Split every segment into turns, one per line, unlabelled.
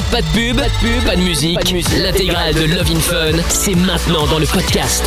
Pas de pub, pas de musique. L'intégrale de Love in Fun, c'est maintenant dans le podcast.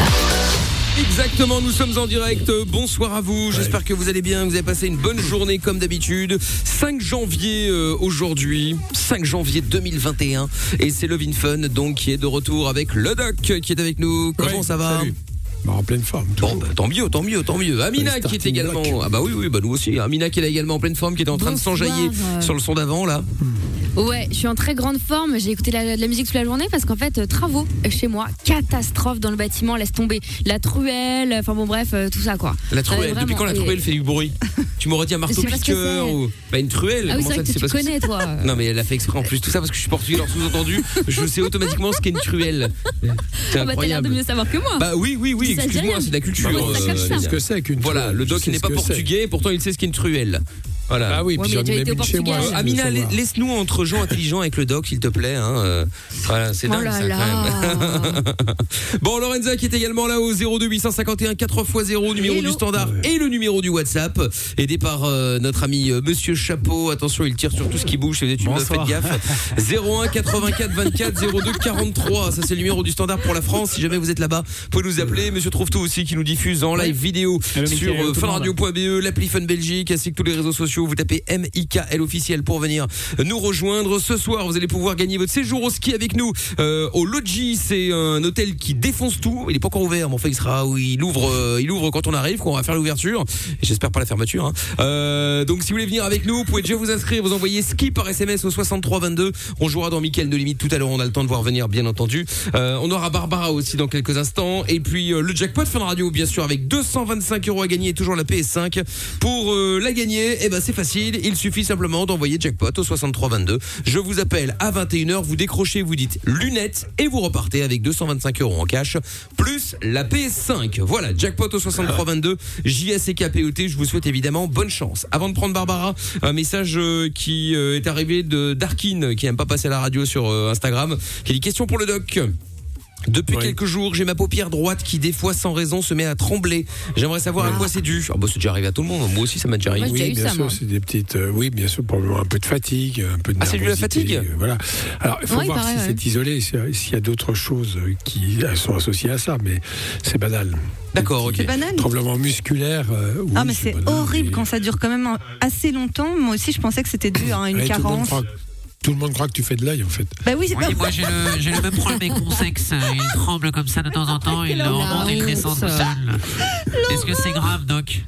Exactement, nous sommes en direct. Bonsoir à vous, j'espère que vous allez bien, vous avez passé une bonne journée comme d'habitude. 5 janvier aujourd'hui, 5 janvier 2021. Et c'est Love in Fun donc qui est de retour avec le Doc qui est avec nous. Comment ça va?
Salut. En pleine forme.
Bon, bah, tant mieux. Amina qui est également. Ah bah oui, bah nous aussi. Amina qui est là également en pleine forme, qui était en train de s'enjailler sur le son d'avant là.
Ouais, je suis en très grande forme. J'ai écouté de la musique toute la journée parce qu'en fait, travaux chez moi, catastrophe dans le bâtiment, laisse tomber la truelle, enfin bon bref, tout ça quoi.
La truelle, depuis quand la truelle fait du bruit? Tu m'aurais dit un marteau-piqueur ou une truelle?
Ah oui, c'est vrai que tu connais toi.
Non mais elle a fait exprès en plus, tout ça parce que je suis portugais, alors sous-entendu, je sais automatiquement ce qu'est une truelle. C'est incroyable.
Bah t'as l'air de mieux savoir que moi.
Bah oui, excuse-moi, c'est de la culture.
C'est ce que c'est qu'une truelle.
Voilà, le doc n'est pas portugais, pourtant il sait ce qu'est une truelle. Voilà.
Ah oui, puis j'en ai mis chez moi.
Amina, laisse-nous entre gens intelligents avec le doc, s'il te plaît. Voilà, c'est dingue ça quand même. Bon, Lorenza qui est également là au 02 851 4x0, numéro du standard et le numéro du WhatsApp, aidé par notre ami Monsieur Chapeau. Attention, il tire sur tout ce qui bouge. Si vous êtes une meuf, faites gaffe. 01 84 24 02 43. Ça c'est le numéro du standard pour la France. Si jamais vous êtes là-bas, vous pouvez nous appeler. Monsieur Trouve-Tout aussi qui nous diffuse en live vidéo sur funradio.be, l'appli Fun Belgique, ainsi que tous les réseaux sociaux. Vous tapez MIKL officiel pour venir nous rejoindre. Ce soir, vous allez pouvoir gagner votre séjour au ski avec nous au Logis. C'est un hôtel qui défonce tout. Il n'est pas encore ouvert, mais enfin, il ouvre quand on arrive, quand on va faire l'ouverture. Et j'espère pas la fermeture. Donc, si vous voulez venir avec nous, vous pouvez déjà vous inscrire. Vous envoyez ski par SMS au 63 22. On jouera dans Mickaël No Limite tout à l'heure. On a le temps de voir venir, bien entendu. On aura Barbara aussi dans quelques instants. Et puis le jackpot Fun Radio, bien sûr, avec 225 € à gagner. Toujours la PS5. Pour la gagner, c'est facile, il suffit simplement d'envoyer jackpot au 63 22. Je vous appelle à 21h, vous décrochez, vous dites lunettes et vous repartez avec 225 € en cash plus la PS5. Voilà, jackpot au 63 22. JACKPOT, je vous souhaite évidemment bonne chance. Avant de prendre Barbara, un message qui est arrivé de Darkin qui n'aime pas passer à la radio sur Instagram, qui dit question pour le doc. Depuis quelques jours, j'ai ma paupière droite qui des fois sans raison se met à trembler. J'aimerais savoir à quoi c'est dû. C'est déjà arrivé à tout le monde. Moi aussi ça m'a déjà arrivé.
Oui, bien sûr, c'est des petites bien sûr probablement un peu de fatigue, un peu de nervosité.
C'est dû à la fatigue.
Voilà. Alors, il faut voir si c'est isolé, s'il y a d'autres choses qui sont associées à ça, mais c'est banal.
D'accord, OK.
C'est banal.
Tremblement musculaire.
Mais c'est horrible quand ça dure quand même assez longtemps. Moi aussi, je pensais que c'était dû à une carence.
Tout le monde croit que tu fais de l'œil en fait.
Bah oui,
moi j'ai le même problème avec mon sexe. Il tremble comme ça de temps en temps. Il remonte et il descend tout seul. Est-ce que c'est grave, Doc?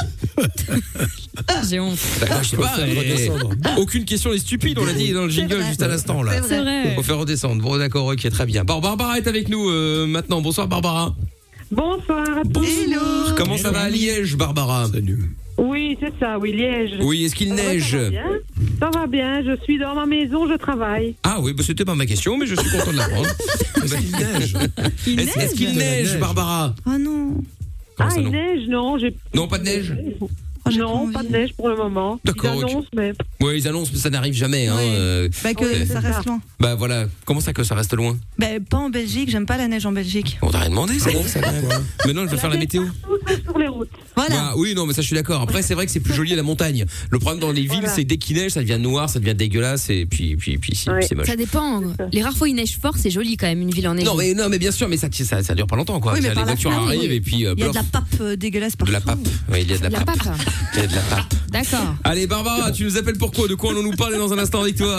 J'ai honte.
Je sais pas. Aucune question n'est stupide, on l'a dit dans le jingle juste à l'instant là.
C'est vrai.
Faut faire redescendre. Bon d'accord, OK, très bien. Bon, Barbara est avec nous maintenant. Bonsoir Barbara.
Bonsoir.
Bonjour. Comment ça va à Liège, Barbara?
Salut.
Oui, c'est ça, Liège.
Oui, est-ce qu'il neige?
Ça va bien, je suis dans ma maison, je travaille.
Ah oui, c'était pas ma question, mais je suis content de l'apprendre.
Est-ce qu'il neige?
Est-ce qu'il neige, Barbara?
Oh non.
Il neige, non.
Non, pas de neige?
Non, pas de neige pour le moment.
D'accord.
Ils annoncent, mais...
Oui, ils annoncent, mais ça n'arrive jamais.
Que ça reste loin.
Bah voilà, comment ça que ça reste loin?
Pas en Belgique, j'aime pas la neige en Belgique.
On t'a rien demandé, ça. Maintenant, je vais faire la météo.
Sur les routes.
Voilà.
Oui, non, mais ça, je suis d'accord. Après, c'est vrai que c'est plus joli à la montagne. Le problème dans les villes, c'est dès qu'il neige, ça devient noir, ça devient dégueulasse, et puis c'est moche.
Ça dépend. Les rares fois où il neige fort, c'est joli quand même, une ville en neige.
Non, mais bien sûr, mais ça dure pas longtemps, quoi.
Oui, mais
les voitures arrivent, et puis.
Il y a de la pape dégueulasse partout.
De la pape. Oui, il y a de la pape. Il y a de la pape.
D'accord.
Allez, Barbara, tu nous appelles pourquoi? De quoi allons-nous parler dans un instant avec toi?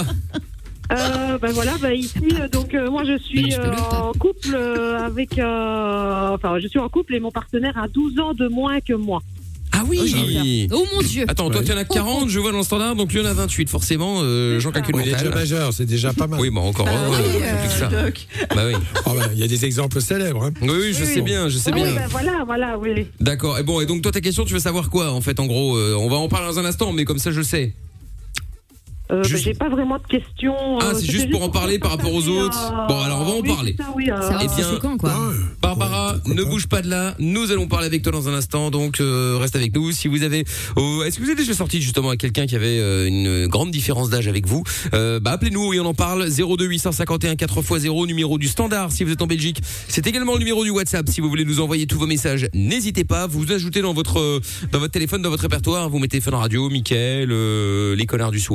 Ici, donc moi je suis en couple je suis en couple et mon partenaire a 12 ans de moins que moi.
Ah oui.
Oh mon Dieu.
Attends, toi tu en as 40, je vois dans le standard, donc lui en a 28 forcément, Jean calcule mental.
Il est déjà majeur, c'est déjà pas mal.
Oui, bon encore plus que ça. Bah oui.
Il y a des exemples célèbres hein.
Oui, je sais bien.
Oui, voilà, oui.
D'accord. Et donc toi ta question, tu veux savoir quoi en fait en gros, on va en parler dans un instant, mais comme ça je le sais.
J'ai pas vraiment de questions.
C'est juste pour en parler par rapport aux autres. Bon, alors on va en parler.
C'est choquant, quoi.
Barbara, ne bouge pas de là. Nous allons parler avec toi dans un instant, donc reste avec nous. Si vous avez, est-ce que vous êtes déjà sorti justement à quelqu'un qui avait une grande différence d'âge avec vous? Appelez-nous et on en parle. 02 851 4x0, numéro du standard si vous êtes en Belgique. C'est également le numéro du WhatsApp si vous voulez nous envoyer tous vos messages. N'hésitez pas, vous ajoutez dans votre téléphone, dans votre répertoire, vous mettez Fun Radio, Mickaël, les connards du soir. Vous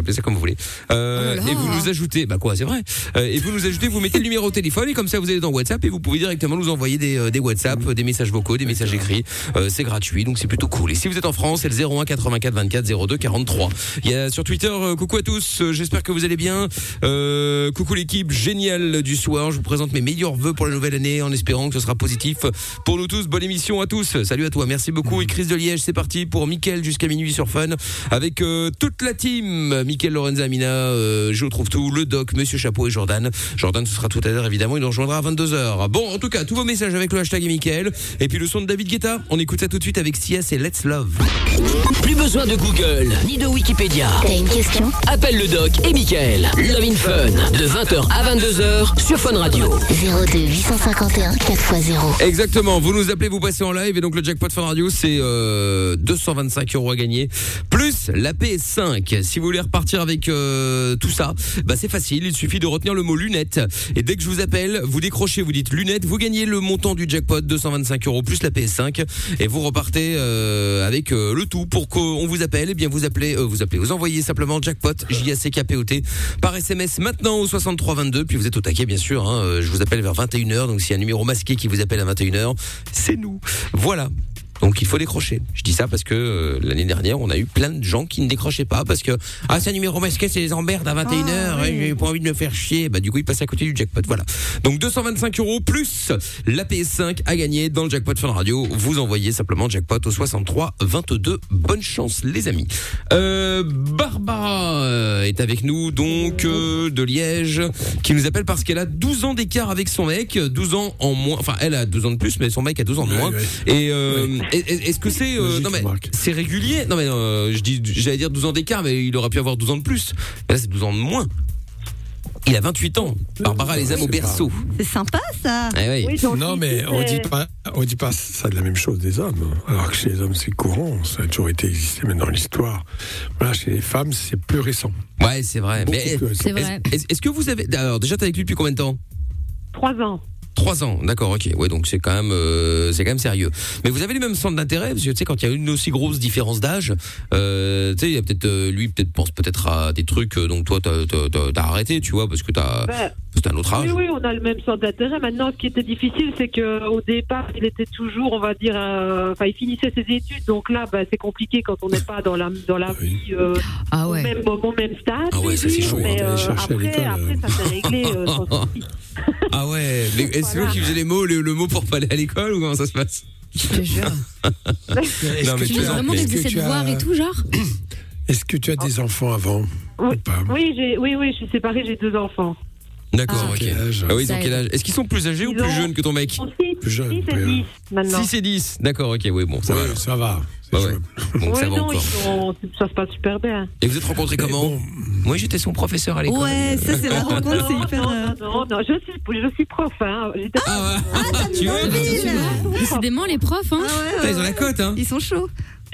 appelez ça comme vous voulez. Et vous nous ajoutez, c'est vrai. Et vous nous ajoutez, vous mettez le numéro de téléphone et comme ça vous allez dans WhatsApp et vous pouvez directement nous envoyer des WhatsApp, des messages vocaux, des messages écrits. C'est gratuit, donc c'est plutôt cool. Et si vous êtes en France, c'est le 01 84 24 02 43. Il y a sur Twitter, coucou à tous, j'espère que vous allez bien. Coucou l'équipe géniale du soir. Je vous présente mes meilleurs vœux pour la nouvelle année en espérant que ce sera positif pour nous tous. Bonne émission à tous. Salut à toi, merci beaucoup. Et Chris de Liège, c'est parti pour Mickaël jusqu'à minuit sur Fun avec toute la team. Mickaël, Lorenza, Amina, je trouve tout, le doc, Monsieur Chapeau et Jordan. Jordan, ce sera tout à l'heure évidemment. Il nous rejoindra à 22h. Bon, en tout cas, tous vos messages avec le hashtag Mickaël et puis le son de David Guetta. On écoute ça tout de suite avec Sia et Let's Love.
Plus besoin de Google ni de Wikipédia.
T'as une question?
Appelle le doc et Mickaël. Love in Fun de 20h à 22h sur Fun Radio.
02 851 4x0.
Exactement, vous nous appelez, vous passez en live et donc le jackpot Fun Radio c'est 225 € à gagner plus la PS5. Si vous voulez repartir avec tout ça, c'est facile, il suffit de retenir le mot lunettes et dès que je vous appelle, vous décrochez, vous dites lunettes, vous gagnez le montant du jackpot 225 € plus la PS5 et vous repartez avec le tout pour qu'on vous appelle. Et bien vous envoyez simplement jackpot JACKPOT par SMS maintenant au 6322 puis vous êtes au taquet bien sûr. Je vous appelle vers 21h donc s'il y a un numéro masqué qui vous appelle à 21h, c'est nous. Voilà. Donc il faut décrocher. Je dis ça parce que l'année dernière, on a eu plein de gens qui ne décrochaient pas parce que c'est un numéro masqué, c'est les emmerdes à 21h, j'ai pas envie de me faire chier. Du coup, ils passaient à côté du jackpot. Voilà. Donc 225 € plus la PS5 à gagner dans le jackpot Fun Radio. Vous envoyez simplement jackpot au 63 22. Bonne chance les amis. Barbara est avec nous donc de Liège qui nous appelle parce qu'elle a 12 ans d'écart avec son mec, 12 ans en moins. Enfin, elle a 12 ans de plus mais son mec a 12 ans de moins. Et est-ce que c'est c'est régulier? Non mais j'allais dire 12 ans d'écart mais il aurait pu avoir 12 ans de plus. Mais là c'est 12 ans de moins. Il a 28 ans. Barbara les aime au berceau.
C'est sympa ça.
Oui.
Non mais on dit pas ça de la même chose des hommes. Alors que chez les hommes c'est courant, ça a toujours été existé même dans l'histoire. Voilà, chez les femmes c'est plus récent.
Ouais c'est vrai. Mais
c'est vrai.
Est-ce que vous avez alors déjà t'es avec lui depuis combien de temps?
3 ans.
3 ans, d'accord, ok. Ouais, donc c'est quand même sérieux. Mais vous avez les mêmes centres d'intérêt parce que tu sais quand il y a une aussi grosse différence d'âge, tu sais il y a peut-être lui pense peut-être à des trucs donc toi t'as arrêté, tu vois, parce que c'est un autre âge.
Oui, on a le même centre d'intérêt. Maintenant, ce qui était difficile, c'est que au départ, il était toujours, on va dire, il finissait ses études. Donc là, c'est compliqué quand on n'est pas dans la vie au même stade.
Ah ouais, ça c'est chaud.
Mais après, ça s'est réglé.
Ah ouais. Est-ce que tu faisais le mot pour pas aller à l'école ou comment ça se passe?
Je te jure. Non, mais tu veux vraiment qu'ils essaient de voir et tout, genre?
Est-ce que tu as des enfants avant ou pas?
Oui, je suis séparée, j'ai 2 enfants.
D'accord, ok. Ah oui, ils ont quel âge? Est-ce qu'ils sont plus âgés ou plus jeunes que ton mec?
Plus jeunes.
6 et 10 maintenant.
6 et 10, d'accord, ok, oui, bon, ça va.
Ça va.
Donc ça va encore.
Ça se passe super bien.
Et vous êtes rencontrés comment? Moi, j'étais son professeur à l'école.
Ouais, ça c'est la rencontre, c'est hyper.
Non, je suis prof.
Tu vois?
Décidément, les profs,
ils ont la cote,
Ils sont chauds.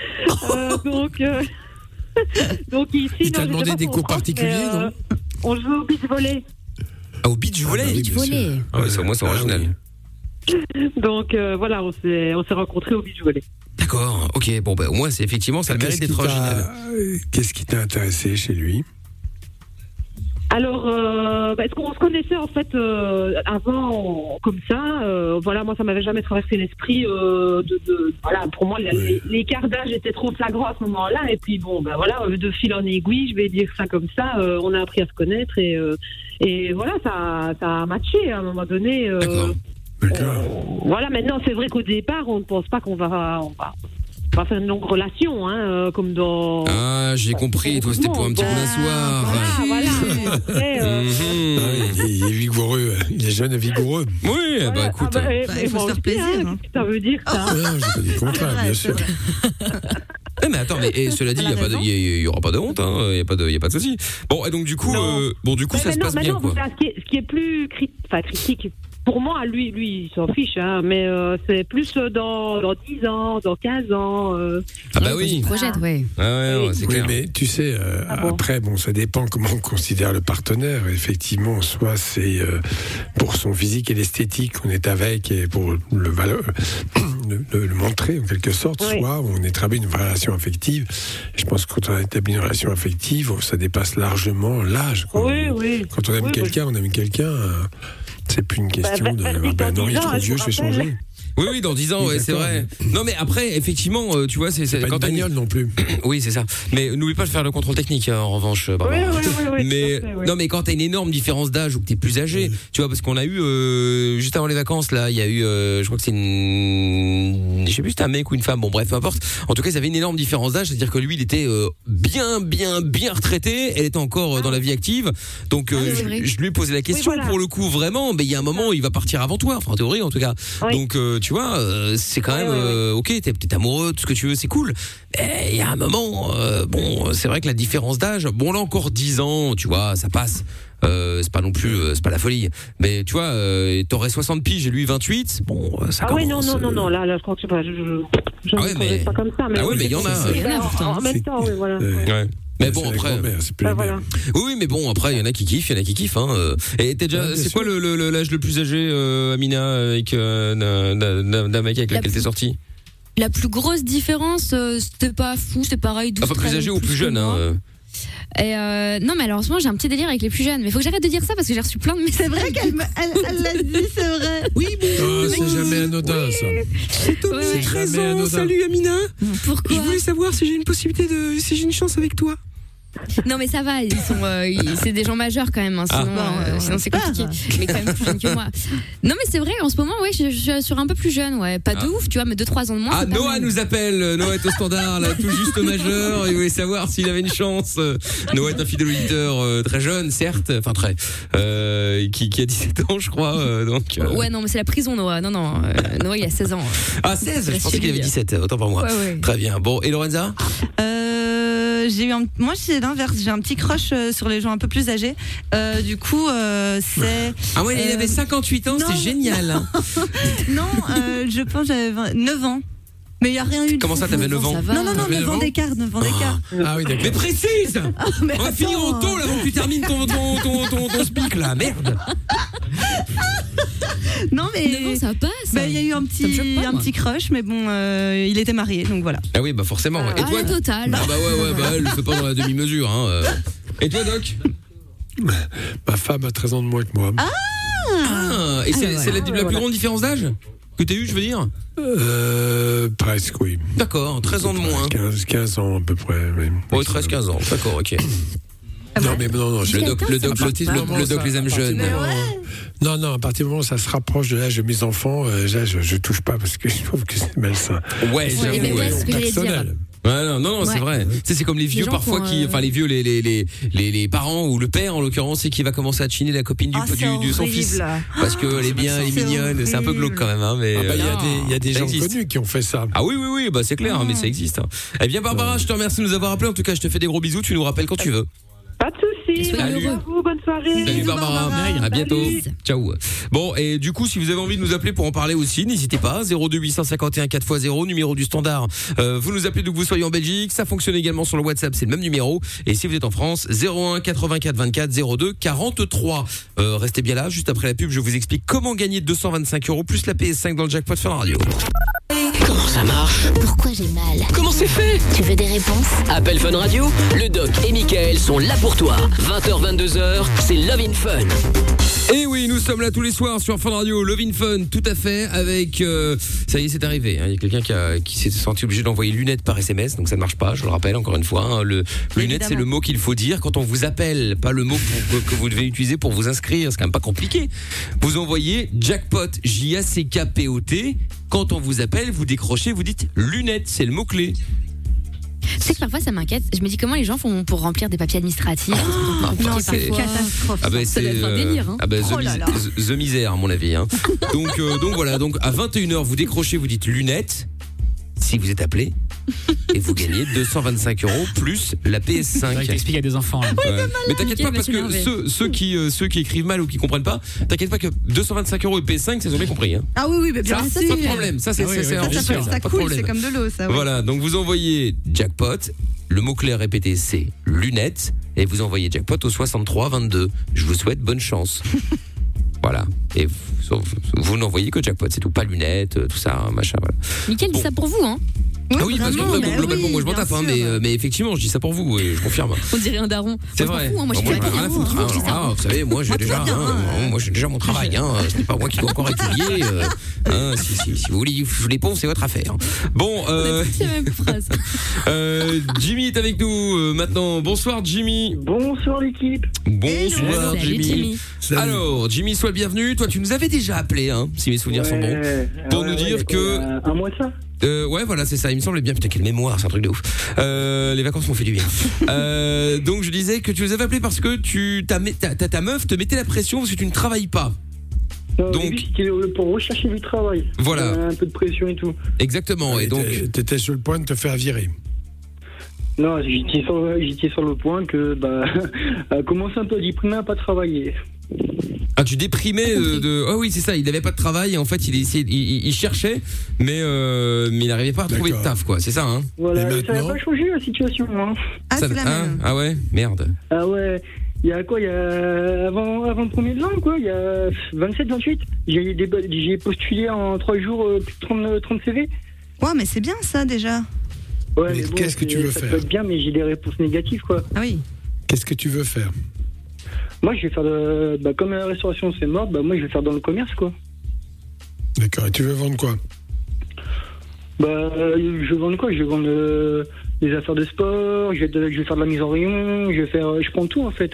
Donc ici,
il t'a demandé des cours particuliers, non?
On joue au beach volley.
Ah, au beach volley? Ah ouais, c'est original.
Donc voilà, on s'est rencontrés au beach volley.
D'accord, ok. Bon, au moins, c'est effectivement, ça le mérite d'être original.
Qu'est-ce qui t'a intéressé chez lui?
Alors, est-ce qu'on se connaissait en fait avant comme ça? Voilà, moi ça m'avait jamais traversé l'esprit voilà, pour moi l'écart d'âge était trop flagrant à ce moment-là. Et puis bon, voilà, de fil en aiguille, je vais dire ça comme ça, on a appris à se connaître et voilà, ça a matché à un moment donné.
D'accord.
Voilà, maintenant c'est vrai qu'au départ, on ne pense pas qu'on va faire une longue relation, comme dans...
Ah, j'ai compris, toi c'était pour un petit coup d'un soir.
Voilà.
Il est vigoureux, il est jeune et vigoureux.
Oui, écoute.
Il faut se faire plaisir.
Qu'est-ce que ça veut dire, ça?
Non, j'ai pas dit le contraire, bien sûr.
Mais attends, cela dit, il y aura pas de honte, il y a pas de souci. Bon, et donc du coup, ça se passe bien, quoi.
Ce qui est plus critique. Pour moi, lui, il s'en fiche, mais c'est plus dans 10 ans, dans 15 ans.
Ah bah oui.
Projette, ouais.
Ah ouais, c'est clair.
Mais tu sais, après, ça dépend comment on considère le partenaire. Effectivement, soit le pour son physique et l'esthétique qu'on est avec, et pour le de le montrer en quelque sorte, soit on établit une relation affective. Et je pense que quand on établit une relation affective, ça dépasse largement l'âge.
Oui.
Quand on aime quelqu'un, on aime quelqu'un. C'est plus une question non, il est trop vieux, je vais changer.
Oui, dans 10 ans, c'est vrai. Non, mais après, effectivement, tu vois, c'est
pas
quand
une bagnole non plus.
Oui, c'est ça. Mais n'oublie pas de faire le contrôle technique, hein, en revanche.
Oui.
Mais non, mais quand t'as une énorme différence d'âge ou que t'es plus âgé, tu vois, parce qu'on a eu juste avant les vacances, là, il y a eu, je crois que c'est je sais plus, c'était un mec ou une femme. Bon, bref, peu importe. En tout cas, ils avaient une énorme différence d'âge, c'est-à-dire que lui, il était bien retraité. Elle était encore dans la vie active. Donc, je lui ai posé la question. Pour le coup, vraiment, mais il y a un moment, il va partir avant toi. Enfin, en théorie, en tout cas. Donc, tu vois, c'est quand même ok, t'es peut-être amoureux, tout ce que tu veux, c'est cool. Mais il y a un moment, bon, c'est vrai que la différence d'âge, bon là encore 10 ans, tu vois, ça passe. C'est pas non plus, c'est pas la folie. Mais tu vois, t'aurais 60 piges et lui 28, bon, ça commence.
Non, là, je crois que je ne ferai pas comme ça. Mais
mais il y en a.
En même temps, oui, voilà.
Ouais. Mais bon, après.
Voilà.
Oui, mais bon, après, il y en a qui kiffent, hein. Et t'es déjà, c'est quoi l'âge le plus âgé, Amina, avec d'un mec avec lequel t'es sorti?
La plus grosse différence, c'était pas fou, c'est pareil. 12,
pas plus âgé ou plus jeune, hein.
Et non, mais alors en ce moment j'ai un petit délire avec les plus jeunes. Mais faut que j'arrête de dire ça parce que j'ai reçu plein de messages.
C'est vrai qu'elle l'a dit, c'est vrai.
Oui, c'est jamais anodin ça.
C'est Thomas, 13 ans. Salut Amina.
Pourquoi?
Je voulais savoir si j'ai une possibilité si j'ai une chance avec toi.
Non mais ça va, ils sont, c'est des gens majeurs quand même, hein, sinon c'est compliqué. Mais quand même plus jeunes que moi. Non mais c'est vrai, en ce moment je suis sur un peu plus jeune, pas de ouf, tu vois, mais 2-3 ans de moins.
Noah nous appelle, Noah est au standard, là, tout juste majeur, il voulait savoir s'il avait une chance. Noah est un fidèle auditeur, très jeune, certes, enfin très, qui a 17 ans je crois, donc.
Ouais non mais c'est la prison Noah, non, Noah il a 16 ans.
Ah 16, je pensais qu'il avait 17, autant pour moi. Ouais. Très bien, bon, et Lorenza?
Moi c'est l'inverse, j'ai un petit crush sur les gens un peu plus âgés. Du coup c'est...
Ah ouais, il avait 58 ans, c'est génial.
Non, je pense que j'avais 9 ans. Mais il n'y a rien eu de...
Comment ça, t'avais 9 ans?
Non, 9 ans d'écart.
Ah oui, d'accord. Mais précise. On va finir en taux, là, avant que tu termines ton speak, là, merde.
Non, mais...
9 ans, ça passe.
Il y a eu un petit crush, mais bon, il était marié, donc voilà.
Ah oui, forcément. Et toi,
total.
Ah elle le fait pas dans la demi-mesure, hein. Et toi, Doc?
Ma femme a 13 ans de moins que moi.
Et c'est la plus grande différence d'âge que t'as eu, je veux dire?
Presque, oui.
D'accord, 13 ans de moins.
15 ans à peu près.
Oui, 13-15 ans, d'accord, ok.
Non,
le doc les aime jeunes.
Non, à partir du moment où ça se rapproche de l'âge de mes enfants, je touche pas parce que je trouve que c'est malsain.
Ouais, j'avoue.
Personnel.
Ouais, non, c'est vrai. C'est comme les vieux parfois les vieux, les parents ou le père en l'occurrence, c'est qui va commencer à chiner la copine de son fils parce que elle est bien, elle est mignonne. C'est un peu glauque quand même, hein. Mais
il y a des gens connus qui ont fait ça.
Ah oui, c'est clair, mais ça existe. Eh bien, Barbara, je te remercie de nous avoir appelé. En tout cas, je te fais des gros bisous. Tu nous rappelles quand tu veux.
Pas de soucis.
Salut.
Bonne soirée.
Salut Barbara. À bientôt. Ciao. Bon, et du coup, si vous avez envie de nous appeler pour en parler aussi, n'hésitez pas. 02 851 4x0, numéro du standard. Vous nous appelez d'où que vous soyez en Belgique. Ça fonctionne également sur le WhatsApp, c'est le même numéro. Et si vous êtes en France, 01 84 24 02 43. Restez bien là. Juste après la pub, je vous explique comment gagner 225 € plus la PS5 dans le jackpot Fun Radio.
Comment ça marche?
Pourquoi j'ai mal?
Comment c'est fait?
Tu veux des réponses?
Appel Fun Radio, le doc et Mickaël sont là pour toi. 20h, 22h, c'est Love in Fun.
Et oui, nous sommes là tous les soirs sur Fun Radio, Love in Fun, tout à fait, avec... ça y est, c'est arrivé, hein. Il y a quelqu'un qui s'est senti obligé d'envoyer lunettes par SMS, donc ça ne marche pas, je le rappelle encore une fois, hein. Lunettes, c'est le mot qu'il faut dire quand on vous appelle, pas le mot que vous devez utiliser pour vous inscrire, c'est quand même pas compliqué. Vous envoyez jackpot, J-A-C-K-P-O-T, quand on vous appelle, vous décrochez, vous dites lunettes, c'est le mot-clé.
Tu sais que parfois ça m'inquiète. Je me dis comment les gens font pour remplir des papiers administratifs.
Non, c'est catastrophe.
Ça doit être un délire. Hein.
The misère à mon avis. Hein. Donc voilà. Donc à 21h vous décrochez, vous dites lunettes. Si vous êtes appelé et vous gagnez 225 € plus la PS5.
T'expliques à des enfants. Là.
Ouais. Mais t'inquiète pas parce que ceux qui écrivent mal ou qui comprennent pas, t'inquiète pas que 225 € et PS5, ils ont bien compris. Hein.
Ah oui, bien sûr.
Pas de problème. Ça c'est
ça coule, c'est comme de l'eau, ça.
Voilà, donc vous envoyez jackpot. Le mot-clé à répéter, c'est lunettes. Et vous envoyez jackpot au 63 22. Je vous souhaite bonne chance. Voilà. Et vous n'envoyez que jackpot, c'est tout, pas lunettes, tout ça, machin, voilà.
Mickaël dit ça pour vous, hein.
Ah oui, parce que globalement, moi je m'en tape, hein, mais effectivement, je dis ça pour vous, et je confirme.
On dirait un daron.
C'est vrai.
Moi, je
j'ai rien à foutre. Vous savez, moi j'ai déjà mon travail. Ce n'est pas moi qui dois encore étudier. Si vous voulez les ponts, c'est votre affaire. Bon, Jimmy est avec nous maintenant. Bonsoir Jimmy.
Bonsoir l'équipe.
Bonsoir Jimmy. Alors Jimmy, sois le bienvenu. Toi, tu nous avais déjà appelé, si mes souvenirs sont bons, pour nous dire que
un mois de ça.
Ouais, voilà, c'est ça. Il me semblait bien. Putain, quelle mémoire, c'est un truc de ouf. Les vacances m'ont fait du bien. Donc, je disais que tu nous avais appelé parce que ta meuf te mettait la pression parce que tu ne travailles pas.
Non, donc, c'était pour rechercher du travail.
Voilà.
Un peu de pression et tout.
Exactement. Et donc,
t'étais sur le point de te faire virer.
Non, j'étais sur le point que, commencer un peu à déprimer, à pas travailler.
Ah, tu déprimais Oh oui, c'est ça, il n'avait pas de travail et en fait il cherchait mais il n'arrivait pas à trouver de taf, quoi, c'est ça, hein.
Voilà, ça n'a pas changé la situation, hein.
Ah, c'est la même.
Ah ouais, merde.
Ah ouais, il y a quoi, avant le premier de l'an, quoi, il y a 27-28, j'ai postulé en 3 jours plus de 30 CV.
Ouais, mais c'est bien ça déjà.
Ouais, mais bon,
qu'est-ce que tu veux faire?
Ça peut être bien, mais j'ai des réponses négatives, quoi.
Ah oui.
Qu'est-ce que tu veux faire?
Moi, je vais faire comme la restauration c'est mort, moi je vais faire dans le commerce, quoi.
D'accord, et tu veux vendre quoi?
Je vais vendre quoi? Je vais vendre des affaires de sport, je vais faire de la mise en rayon, je prends tout en fait.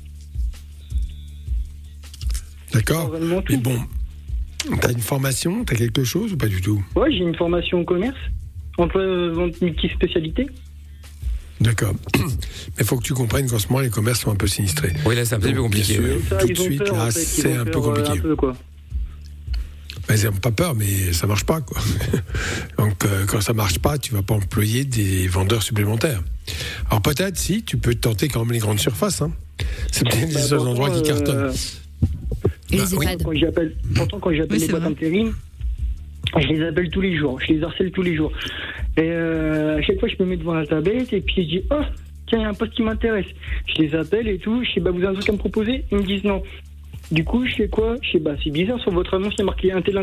D'accord. Mais bon, t'as une formation, t'as quelque chose ou pas du tout?
Ouais, j'ai une formation au commerce, vente multi-spécialité.
D'accord. Mais il faut que tu comprennes qu'en ce moment, les commerces sont un peu sinistrés.
Oui, là, c'est un peu compliqué.
Tout de suite, là, c'est un peu compliqué. Ils n'ont pas peur, mais ça marche pas, quoi. Donc, quand ça marche pas, tu vas pas employer des vendeurs supplémentaires. Alors, peut-être, si, tu peux tenter quand même les grandes surfaces, hein. C'est peut-être les seuls endroits qui cartonnent.
Et les EHPAD.
Quand j'appelle les boîtes intérim, je les appelle tous les jours, je les harcèle tous les jours. Et à chaque fois, je me mets devant la tablette et puis je dis, oh, tiens, il y a un poste qui m'intéresse. Je les appelle et tout, je sais, vous avez un truc à me proposer? Ils me disent non. Du coup, je fais quoi? Je sais, c'est bizarre, sur votre annonce, il y a marqué un tel.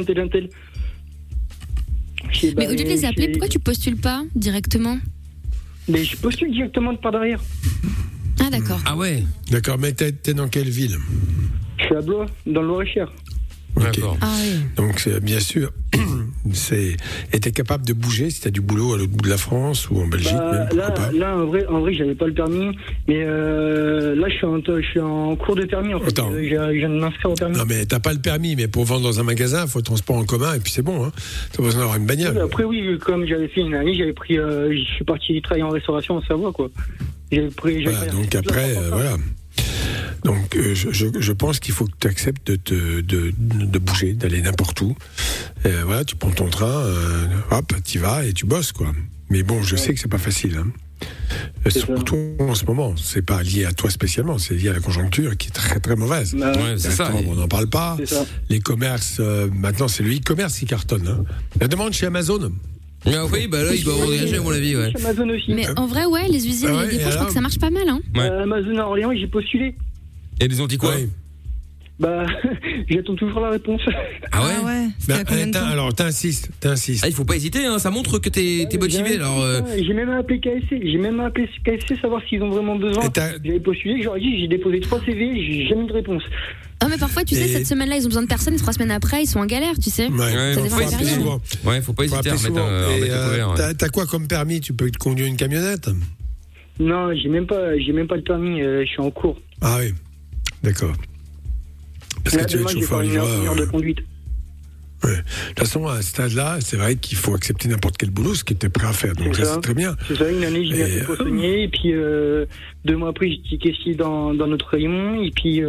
Mais au lieu de les appeler, pourquoi tu postules pas directement?
Mais je postule directement de par derrière.
Ah, d'accord.
Ah ouais.
D'accord, mais t'es dans quelle ville?
Je suis à Blois, dans le Loir-et-Cher.
D'accord.
Ah oui.
Donc, bien sûr, et t'es capable de bouger si t'as du boulot à l'autre bout de la France ou en Belgique même,
là, en vrai, j'avais pas le permis, mais là, je suis en cours de permis, en fait.
Attends.
Je viens de m'inscrire au permis.
Non, mais t'as pas le permis, mais pour vendre dans un magasin, il faut le transport en commun, et puis c'est bon, hein. T'as pas besoin d'avoir une bagnole.
Après, oui, comme j'avais fait une année, je suis parti travailler en restauration en Savoie, quoi.
Voilà, donc après, voilà. Donc, je pense qu'il faut que tu acceptes de bouger, d'aller n'importe où. Voilà, tu prends ton train, hop, tu vas et tu bosses, quoi. Mais bon, je sais que c'est pas facile, hein. Surtout en ce moment, c'est pas lié à toi spécialement, c'est lié à la conjoncture qui est très très mauvaise.
Ouais, c'est ça.
On n'en parle pas. Les commerces, maintenant c'est le e-commerce qui cartonne, hein. La demande chez Amazon.
Ah oui, là, il doit engager, à mon avis, ouais.
Amazon aussi.
Mais en vrai, ouais, les usines, des fois, je crois que ça marche pas mal, hein.
Amazon à Orléans, j'ai postulé.
Et ils ont dit quoi?
J'attends toujours la réponse.
Ah ouais?
Alors, t'insistes.
Ah, il faut pas hésiter, hein, ça montre que t'es motivé, alors...
J'ai même appelé KFC, savoir s'ils ont vraiment besoin. J'avais postulé, j'aurais dit, j'ai déposé 3 CV, j'ai jamais eu de réponse.
Ah, mais parfois, tu sais, cette semaine-là, ils ont besoin de personnes, et 3 semaines après, ils sont en galère, tu sais.
Ouais,
ça dépend des périodes.
Ouais, faut pas hésiter à remettre
t'as quoi comme permis? Tu peux conduire une camionnette?
Non, j'ai même pas le permis, je suis en cours.
Ah oui, d'accord. Parce que tu es chauffeur-livreur.
de conduite.
Ouais. De toute façon, à ce stade-là, c'est vrai qu'il faut accepter n'importe quel boulot, ce que tu es prêt à faire. Donc ça, c'est très bien.
C'est ça, une année, j'ai bien fait poissonnier, et puis 2 mois après, j'étais caissier dans notre rayon, et puis...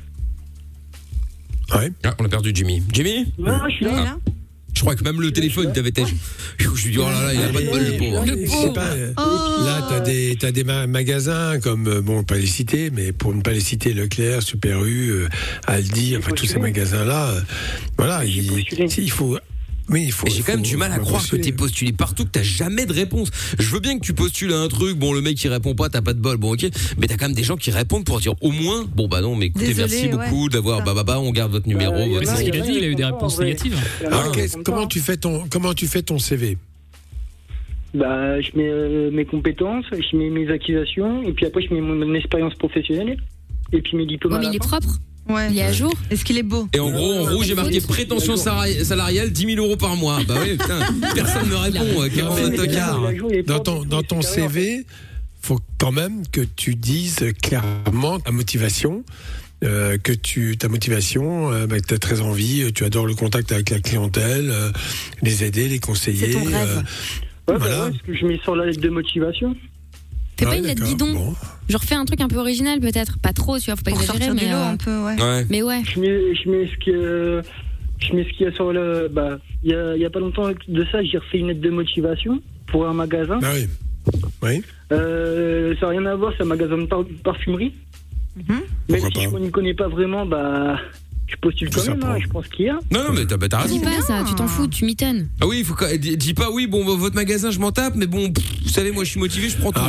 Ouais.
Ah, on a perdu Jimmy. Jimmy?
Non, je suis là.
Je crois que même le téléphone t'avait été. Je me suis dit, oh là là, il a pas de bol, le pauvre.
Là, t'as des magasins comme, bon, pas les citer, mais pour ne pas les citer, Leclerc, Super U, Aldi, enfin tous ces magasins-là, voilà, il faut Oui, il faut.
J'ai quand même du mal à croire que t'es postulé partout, que t'as jamais de réponse. Je veux bien que tu postules à un truc, bon, le mec qui répond pas, t'as pas de bol, bon, ok. Mais t'as quand même des gens qui répondent pour dire au moins, bon, bah non, mais écoutez, merci beaucoup d'avoir, on garde votre numéro.
C'est ce qu'il a dit, il a eu des réponses négatives.
Alors, comment tu fais ton CV?
Bah, je mets mes compétences, je mets mes accusations, et puis après, je mets mon expérience professionnelle, et puis mes diplômes.
Mais il est propre. Ouais. Il est à jour.
Est-ce qu'il est beau?
Et en gros, en rouge, j'ai marqué prétention salariale 10 000 € par mois. Bah oui, putain, personne ne répond. 40 tocards.
Dans ton CV, faut quand même que tu dises clairement ta motivation. Ta motivation, que tu as très envie, tu adores le contact avec la clientèle, les aider, les conseiller.
C'est ton rêve.
Voilà.
Ce que je mets sur la lettre de motivation.
Fais pas une lettre bidon. Bon. Je refais un truc un peu original peut-être. Pas trop, tu vois, faut pas exagérer, mais
un peu, ouais.
Mais ouais.
Je mets ce qu'il y a sur le. Bah, il y a pas longtemps de ça, j'ai refait une lettre de motivation pour un magasin.
Ah oui. Oui.
Ça n'a rien à voir, c'est un magasin de parfumerie. Même si je ne connais pas vraiment, bah. Je postule quand même, je pense qu'il y a.
Non, mais t'as raison.
Dis pas ça, tu t'en fous, tu m'étonnes.
Ah oui, dis pas oui, bon, votre magasin, je m'en tape, mais bon, vous savez, moi, je suis motivé, je prends tout.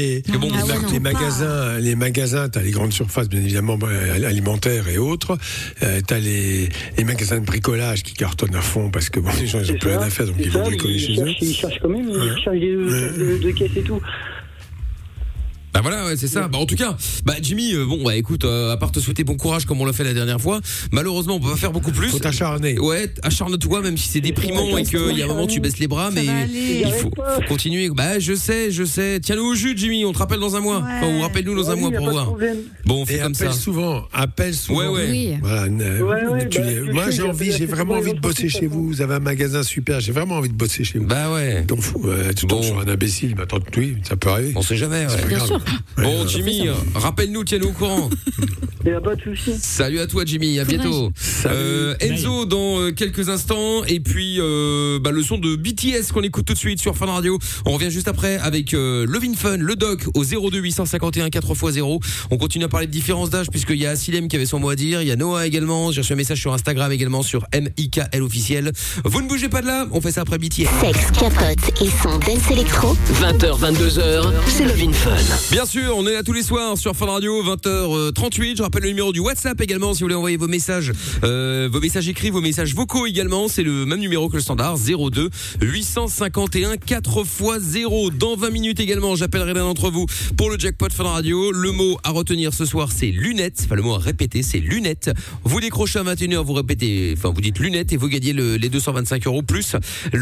Les magasins, t'as les grandes surfaces, bien évidemment, alimentaires et autres. T'as les magasins de bricolage qui cartonnent à fond parce que bon, les gens, ils ont plus rien à faire, donc ils vont bricoler chez eux.
Ils cherchent quand même, ils cherchent de caisse et tout.
Bah voilà, ouais, c'est ça. Bah en tout cas, Jimmy, écoute, à part te souhaiter bon courage comme on l'a fait la dernière fois, malheureusement on peut pas faire beaucoup plus.
Faut t'acharner.
Ouais, acharne-toi même si c'est déprimant et qu'il y a un moment tu baisses les bras, mais il faut continuer. Bah je sais. Tiens-nous au jus, Jimmy. On te rappelle dans un mois. Enfin, ou rappelle-nous dans un mois pour voir. Bon, on fait comme ça.
Appelle souvent.
Ouais.
Oui.
Voilà. Moi j'ai vraiment envie de bosser chez vous. Vous avez un magasin super. J'ai vraiment envie de bosser chez vous.
Bah ouais.
Donc tu tombes sur un imbécile. Bah oui, ça peut arriver.
On sait jamais.
Bien sûr.
Bon, Jimmy, rappelle-nous, tiens-nous au courant.
Il n'y a pas de souci.
Salut à toi, Jimmy, à bientôt. Enzo dans quelques instants, et puis le son de BTS qu'on écoute tout de suite sur Fun Radio. On revient juste après avec Lovin Fun, le doc au 02 851 4x0. On continue à parler de différence d'âge puisqu'il y a Asilem qui avait son mot à dire, il y a Noah également. J'ai reçu un message sur Instagram également sur MIKL officiel. Vous ne bougez pas de là, on fait ça après BTS.
Sexe, capote et son dance électro.
20h, 22h, c'est Lovin Fun.
Bien sûr, on est là tous les soirs sur Fun Radio, 20h38. Je rappelle le numéro du WhatsApp également si vous voulez envoyer vos messages écrits, vos messages vocaux également. C'est le même numéro que le standard, 02 851 4x0. Dans 20 minutes également, j'appellerai l'un d'entre vous pour le jackpot Fun Radio. Le mot à retenir ce soir, c'est lunettes. Enfin, le mot à répéter, c'est lunettes. Vous décrochez à 21h, vous dites lunettes et vous gagnez les 225 € plus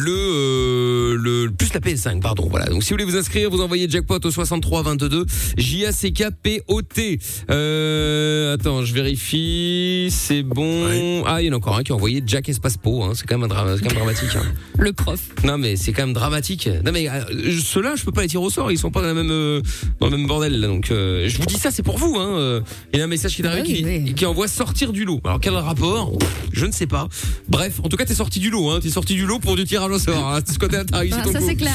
plus la PS5, pardon. Voilà. Donc si vous voulez vous inscrire, vous envoyez jackpot au 63 22 JACKPOT. Attends, je vérifie. C'est bon. Ouais. Ah, il y en a encore un qui a envoyé Jack Espace Po. Hein. C'est quand même dramatique. Hein.
Le prof.
Non, mais c'est quand même dramatique. Non, mais ceux-là, je peux pas les tirer au sort. Ils sont pas dans le même bordel. Là. Donc, je vous dis ça, c'est pour vous. Hein. Il y a un message qui arrive qui envoie sortir du lot. Alors, quel rapport? Je ne sais pas. Bref, en tout cas, t'es sorti du lot. Hein. T'es sorti du lot pour du tirage au sort. Hein. Ce côté-là, t'as réussi ton coup.
Ça, c'est clair.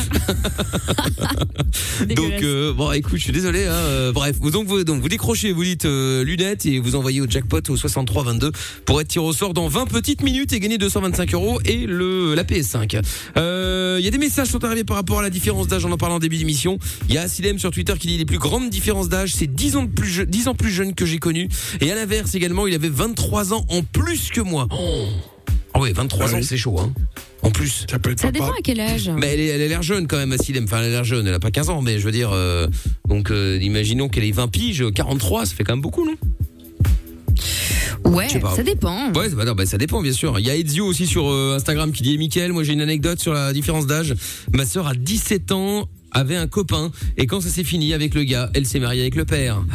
Donc, écoute, je suis désolé. Hein. Bref, vous décrochez, vous dites lunettes et vous envoyez au jackpot au 63 22 pour être tiré au sort dans 20 petites minutes et gagner 225 € et la PS5. Il y a des messages qui sont arrivés par rapport à la différence d'âge. On en parle en début d'émission. Il y a Asilem sur Twitter qui dit les plus grandes différences d'âge, c'est 10 ans plus jeune que j'ai connu. Et à l'inverse également, il avait 23 ans en plus que moi. Ah ouais, 23 ans, c'est chaud, hein. En plus.
Ça dépend à quel âge.
Mais elle a l'air jeune quand même, Asilem. Enfin, elle a l'air jeune. Elle a pas 15 ans, mais je veux dire. Donc, imaginons qu'elle ait 20 piges, 43, ça fait quand même beaucoup, non?
Ouais, ça dépend.
Ouais, ça dépend, bien sûr. Il y a Ezio aussi sur Instagram qui dit Mickaël, moi j'ai une anecdote sur la différence d'âge. Ma sœur a 17 ans. Avait un copain et quand ça s'est fini avec le gars, elle s'est mariée avec le père.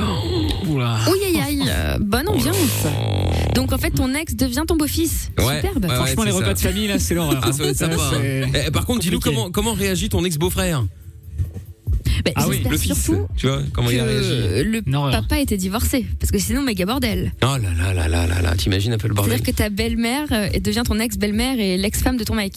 Bonne ambiance. Donc en fait ton ex devient ton beau-fils. Superbe.
Ouais, franchement les repas de famille là c'est l'horreur.
Ah, ça va être sympa. Par contre, dis-nous comment réagit ton ex-beau-frère?
Le
fils, tu vois, comment il a réagi?
Le papa était divorcé, parce que sinon méga bordel.
Oh là, t'imagines un peu le bordel.
C'est-à-dire que ta belle-mère devient ton ex-belle-mère et l'ex-femme de ton mec.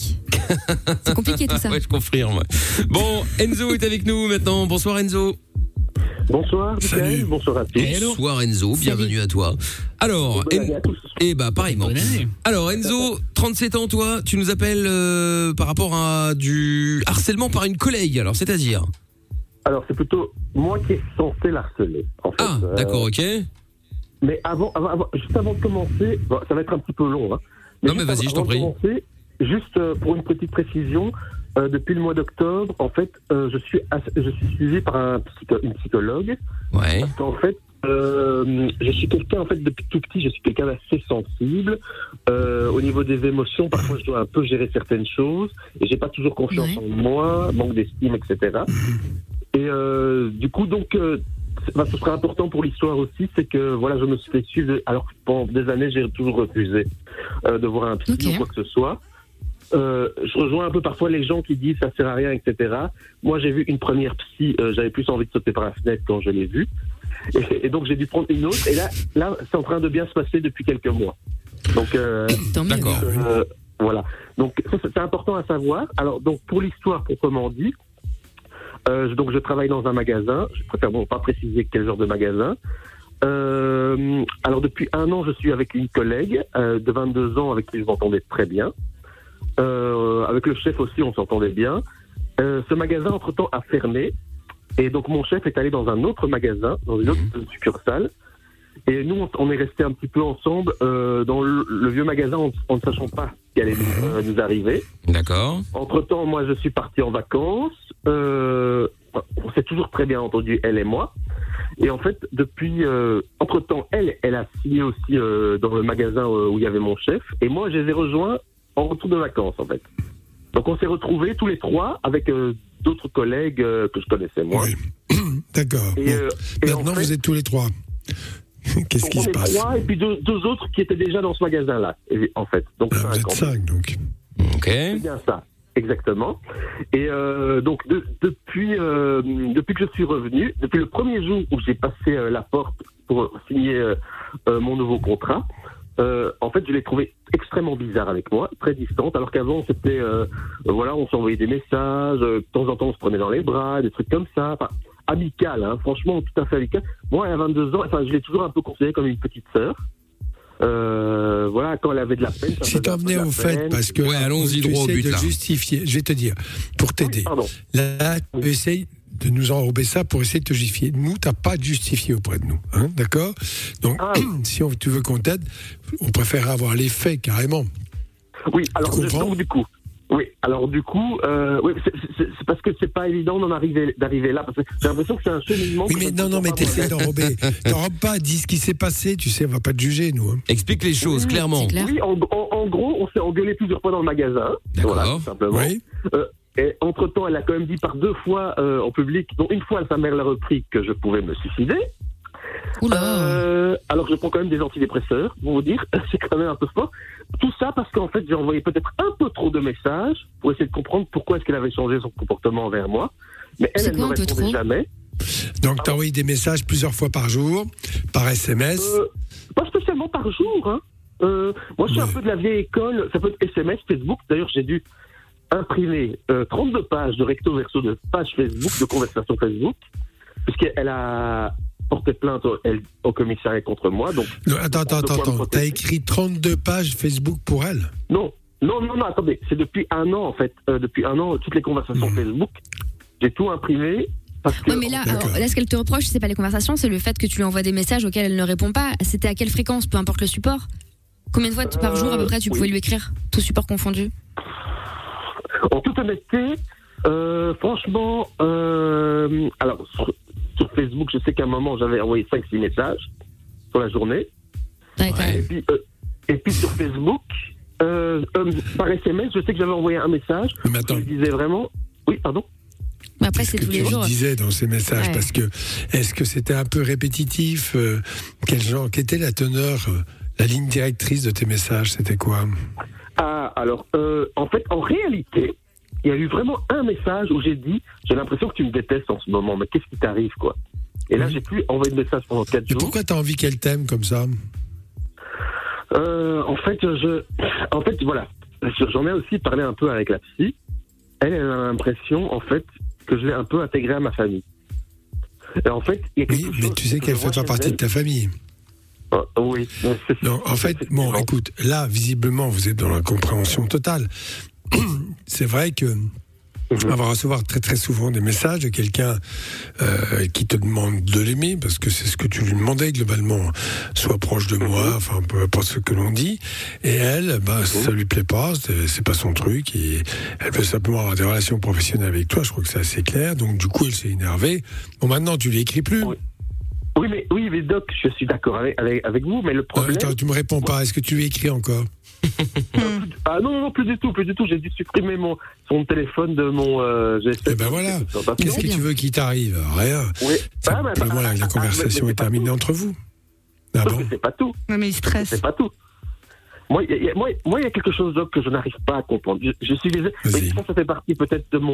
C'est compliqué tout ça.
Ouais, je confirme. Bon, Enzo est avec nous maintenant. Bonsoir Enzo.
Bonsoir, Michael. Bonsoir à tous.
Bonsoir Enzo, bienvenue à toi. Alors, pareillement. Alors Enzo, 37 ans, toi, tu nous appelles par rapport à du harcèlement par une collègue, alors c'est-à-dire ?
Alors c'est plutôt moi qui est censé l'harceler, en fait.
Ah, d'accord, ok.
Mais juste avant de commencer, ça va être un petit peu long, hein.
Non mais vas-y, je t'en prie.
Commencer, juste pour une petite précision, depuis le mois d'octobre, en fait, je suis suivi par une psychologue.
Ouais.
Parce qu'en fait, je suis quelqu'un, en fait, depuis tout petit, je suis quelqu'un d'assez sensible. Au niveau des émotions, parfois, je dois un peu gérer certaines choses. Et j'ai pas toujours confiance en moi, manque d'estime, etc. Et du coup, donc, ce serait important pour l'histoire aussi, c'est que, voilà, je me suis fait suivre, alors que pendant des années, j'ai toujours refusé de voir un psy ou quoi que ce soit. Je rejoins un peu parfois les gens qui disent ça sert à rien, etc. Moi, j'ai vu une première psy, j'avais plus envie de sauter par la fenêtre quand je l'ai vue. Et donc, j'ai dû prendre une autre. Et là, c'est en train de bien se passer depuis quelques mois. Donc,
d'accord.
Voilà. Donc, ça, c'est important à savoir. Alors, donc, pour l'histoire proprement dit, donc, je travaille dans un magasin. Je préfère pas préciser quel genre de magasin. Alors, depuis 1 an, je suis avec une collègue de 22 ans avec qui je m'entendais très bien. Avec le chef aussi, on s'entendait bien. Ce magasin, entre-temps, a fermé. Et donc, mon chef est allé dans un autre magasin, dans une autre succursale. Et nous, on est restés un petit peu ensemble dans le vieux magasin en ne sachant pas ce qui allait nous arriver.
D'accord.
Entre-temps, moi, je suis parti en vacances. On s'est toujours très bien entendu, elle et moi. Et en fait, depuis... entre-temps, elle a signé aussi dans le magasin où il y avait mon chef. Et moi, je les ai rejoints en retour de vacances, en fait. Donc, on s'est retrouvés tous les trois avec d'autres collègues que je connaissais moi.
Oui. D'accord.
Et
maintenant, vous êtes tous les trois. Qu'est-ce qui se passe ?
3 et puis deux autres qui étaient déjà dans ce magasin-là, en fait. Donc,
vous êtes 5, donc.
Ok.
C'est bien ça, exactement. Et donc, depuis que je suis revenu, depuis le premier jour où j'ai passé la porte pour signer mon nouveau contrat, en fait, je l'ai trouvé extrêmement bizarre avec moi, très distante, alors qu'avant, c'était, voilà, on s'envoyait des messages, de temps en temps, on se prenait dans les bras, des trucs comme ça, enfin, amical, hein, franchement, tout à fait amical. Moi, elle a 22 ans, enfin, je l'ai toujours un peu considérée comme une petite sœur. Voilà, quand elle avait de la peine.
Si t'en venais au fait, parce que
allons-y droit au but, là.
Justifier, je vais te dire, pour t'aider.
Oui,
là, tu essayes de nous enrober ça pour essayer de te justifier. Nous, t'as pas de justifié auprès de nous, hein, d'accord ? Donc, si tu veux qu'on t'aide, on préfère avoir les faits carrément.
Oui, alors donc du coup. Oui, alors du coup, oui, c'est parce que c'est pas évident d'arriver là, parce que j'ai l'impression que c'est un cheminement.
Oui, mais non, mais t'essaies d'enrober. T'enrobes pas, dis ce qui s'est passé, tu sais, on va pas te juger, nous. Hein.
Explique les choses, clairement.
Oui, en gros, on s'est engueulé plusieurs fois dans le magasin.
D'accord.
Voilà, tout simplement.
Oui.
Et entre-temps, elle a quand même dit par 2 fois en public, dont une fois, sa mère l'a repris, que je pouvais me suicider. Alors je prends quand même des antidépresseurs, pour vous dire, c'est quand même un peu fort. Tout ça parce qu'en fait, j'ai envoyé peut-être un peu trop de messages pour essayer de comprendre pourquoi est-ce qu'elle avait changé son comportement envers moi. Mais elle ne répondait jamais.
Donc t'as envoyé des messages plusieurs fois par jour, par SMS
Pas spécialement par jour, hein. Moi, je suis un peu de la vieille école, ça peut être SMS, Facebook. D'ailleurs, j'ai dû imprimer 32 pages de recto verso de pages Facebook, de conversation Facebook, puisqu'elle a porté plainte au commissariat contre moi. Donc,
attends. T'as écrit 32 pages Facebook pour elle ?
Non, attendez. C'est depuis 1 an, en fait. Depuis 1 an, toutes les conversations Facebook, j'ai tout imprimé.
Oui, mais là, ce qu'elle te reproche, c'est pas les conversations, c'est le fait que tu lui envoies des messages auxquels elle ne répond pas. C'était à quelle fréquence, peu importe le support ? Combien de fois par jour, à peu près, tu pouvais lui écrire, tout support confondu ?
En toute honnêteté, franchement, alors, sur Facebook, je sais qu'à un moment, j'avais envoyé 5-6 messages sur la journée.
D'accord.
Et puis sur Facebook, par SMS, je sais que j'avais envoyé un message.
Mais attends.
Je disais vraiment... Oui, pardon ?
Mais après, c'est tous les jours.
Tu disais dans ces messages, parce que est-ce que c'était un peu répétitif ? Quelle était la teneur, la ligne directrice de tes messages ? C'était quoi ?
Alors, en fait, en réalité, il y a eu vraiment un message où j'ai dit « J'ai l'impression que tu me détestes en ce moment, mais qu'est-ce qui t'arrive, quoi ?» Et là, j'ai pu envoyer de message pendant 4 jours.
Pourquoi t'as envie qu'elle t'aime comme ça ?
En fait, voilà. J'en ai aussi parlé un peu avec la psy. Elle a l'impression, en fait, que je l'ai un peu intégré à ma famille. Et en fait, il y a quelque chose.
Mais tu sais qu'elle fait pas partie de ta famille.
Oui.
Non, en fait, bon, écoute, là, visiblement, vous êtes dans la compréhension totale. C'est vrai que on va recevoir très très souvent des messages de quelqu'un qui te demande de l'aimer, parce que c'est ce que tu lui demandais globalement, sois proche de moi, enfin peu importe ce que l'on dit, et elle, ça lui plaît pas, c'est pas son truc, et elle veut simplement avoir des relations professionnelles avec toi, je crois que c'est assez clair, donc du coup elle s'est énervée. Bon, maintenant tu lui écris plus.
Oui, mais Doc, je suis d'accord avec vous, mais le problème...
Attends, tu me réponds pas, est-ce que tu lui écris encore?
Ah non, plus du tout. J'ai dû supprimer son téléphone de mon GSM.
Eh ben voilà. Qu'est-ce que tu veux qu'il t'arrive? Rien.
Oui.
Simplement, la conversation est terminée entre vous. Ah bon?
C'est pas tout.
Ouais, mais il stresse.
C'est pas tout. Moi, il y a quelque chose d'autre que je n'arrive pas à comprendre. Je suis désolé, mais ça fait partie peut-être de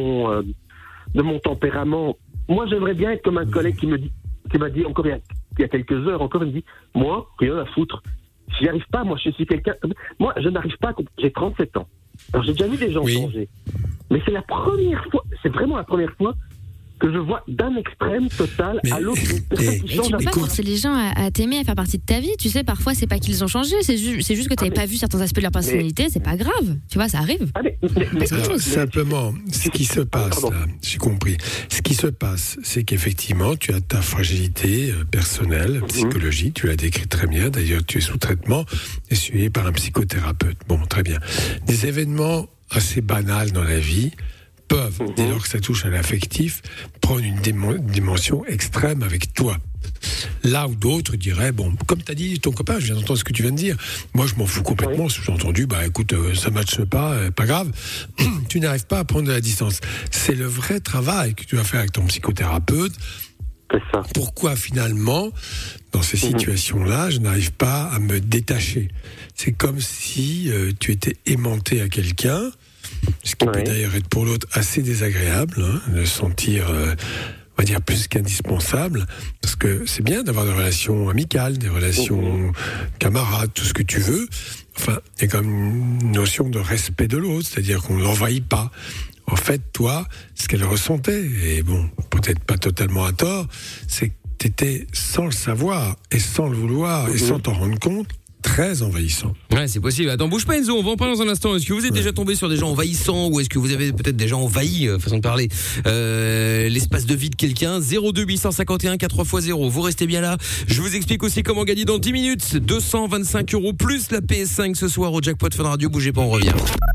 mon tempérament. Moi, j'aimerais bien être comme un collègue qui m'a dit encore il y a quelques heures, il me dit, moi, rien à foutre. J'y arrive pas, moi je suis quelqu'un... Moi je n'arrive pas, j'ai 37 ans. Alors j'ai déjà vu des gens changer. Mais c'est la première fois, c'est vraiment la première fois que je vois d'un extrême total à l'autre une personne qui change.
Tu peux pas forcer les gens à t'aimer, à faire partie de ta vie. Tu sais, parfois c'est pas qu'ils ont changé, c'est juste que tu n'avais pas vu certains aspects de leur personnalité, c'est pas grave. Tu vois, ça arrive.
Simplement, ce qui se passe, là, j'ai compris. Ce qui se passe, c'est qu'effectivement, tu as ta fragilité personnelle, psychologique, tu l'as décrit très bien. D'ailleurs, tu es sous traitement et suivi par un psychothérapeute. Bon, très bien. Des événements assez banals dans la vie peuvent, dès lors que ça touche à l'affectif, prendre une dimension extrême avec toi. Là où d'autres diraient, bon, comme tu as dit ton copain, je viens d'entendre ce que tu viens de dire, moi je m'en fous complètement, si j'ai entendu, écoute, ça ne matche pas, pas grave, tu n'arrives pas à prendre de la distance. C'est le vrai travail que tu vas faire avec ton psychothérapeute.
C'est ça.
Pourquoi finalement, dans ces situations-là, je n'arrive pas à me détacher? C'est comme si tu étais aimanté à quelqu'un, ce qui peut d'ailleurs être pour l'autre assez désagréable, de sentir, on va dire, plus qu'indispensable, parce que c'est bien d'avoir des relations amicales, des relations camarades, tout ce que tu veux. Enfin, il y a quand même une notion de respect de l'autre, c'est-à-dire qu'on ne l'envahit pas. En fait, toi, ce qu'elle ressentait, et bon, peut-être pas totalement à tort, c'est que tu étais, sans le savoir et sans le vouloir et sans t'en rendre compte, très envahissant.
Ouais, c'est possible. Attends, bouge pas Enzo, on va en parler dans un instant. Est-ce que vous êtes déjà tombé sur des gens envahissants ou est-ce que vous avez peut-être déjà envahi, façon de parler, l'espace de vie de quelqu'un? 02 851 4x0. Vous restez bien là. Je vous explique aussi comment gagner dans 10 minutes. 225 € plus la PS5 ce soir au Jackpot Fun Radio. Bougez pas, on revient.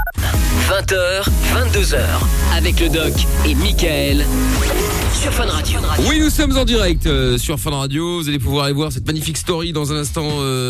20h, 22h, avec le Doc et Mickaël sur Fun Radio.
Oui, nous sommes en direct sur Fun Radio. Vous allez pouvoir aller voir cette magnifique story dans un instant.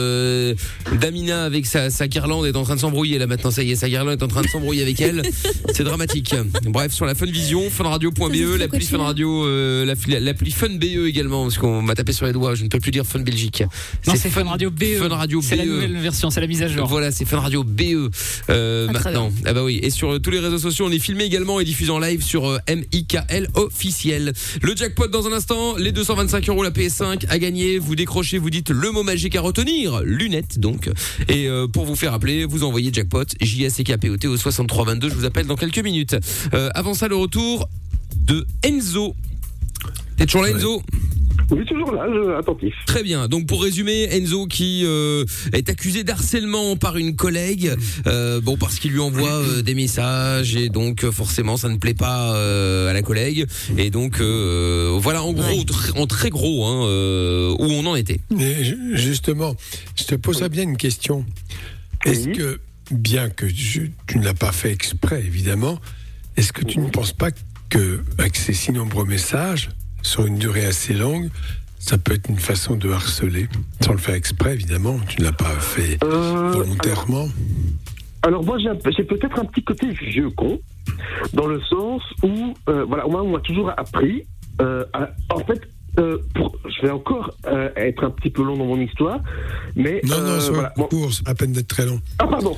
D'Amina avec sa guirlande est en train de s'embrouiller là maintenant. Ça y est, sa guirlande est en train de s'embrouiller avec elle. C'est dramatique. Bref, sur la Fun Vision, funradio.be, l'appli Fun Radio, l'appli Fun BE également, parce qu'on m'a tapé sur les doigts. Je ne peux plus dire Fun Belgique.
Non, c'est Fun Radio BE.
Fun Radio BE.
C'est la nouvelle version, c'est la mise à jour.
Voilà, c'est Fun Radio BE maintenant. Ah bah oui. Et sur tous les réseaux sociaux, on est filmé également et diffusé en live sur MIKL officiel. Le jackpot dans un instant, les 225 €, la PS5 à gagner. Vous décrochez, vous dites le mot magique à retenir, lunettes donc. Et pour vous faire appeler, vous envoyez jackpot JACKPOT au 6322. Je vous appelle dans quelques minutes. Avant ça, le retour de Enzo. T'es toujours là, Enzo?
Oui, toujours là, attentif.
Très bien. Donc pour résumer, Enzo qui est accusé d'harcèlement par une collègue, bon parce qu'il lui envoie des messages et donc forcément ça ne plaît pas à la collègue et donc voilà en gros, en très gros, où on en était.
Mais justement, je te pose bien une question. Est-ce que, bien que tu ne l'as pas fait exprès évidemment, est-ce que tu ne penses pas que avec ces si nombreux messages sur une durée assez longue, ça peut être une façon de harceler, sans le faire exprès, évidemment. Tu ne l'as pas fait volontairement.
Alors moi, j'ai peut-être un petit côté vieux con, dans le sens où, voilà, on m'a toujours appris, en fait, je vais encore être un petit peu long dans mon histoire, mais...
Non, voilà, court, c'est à peine d'être très long.
Ah, pardon.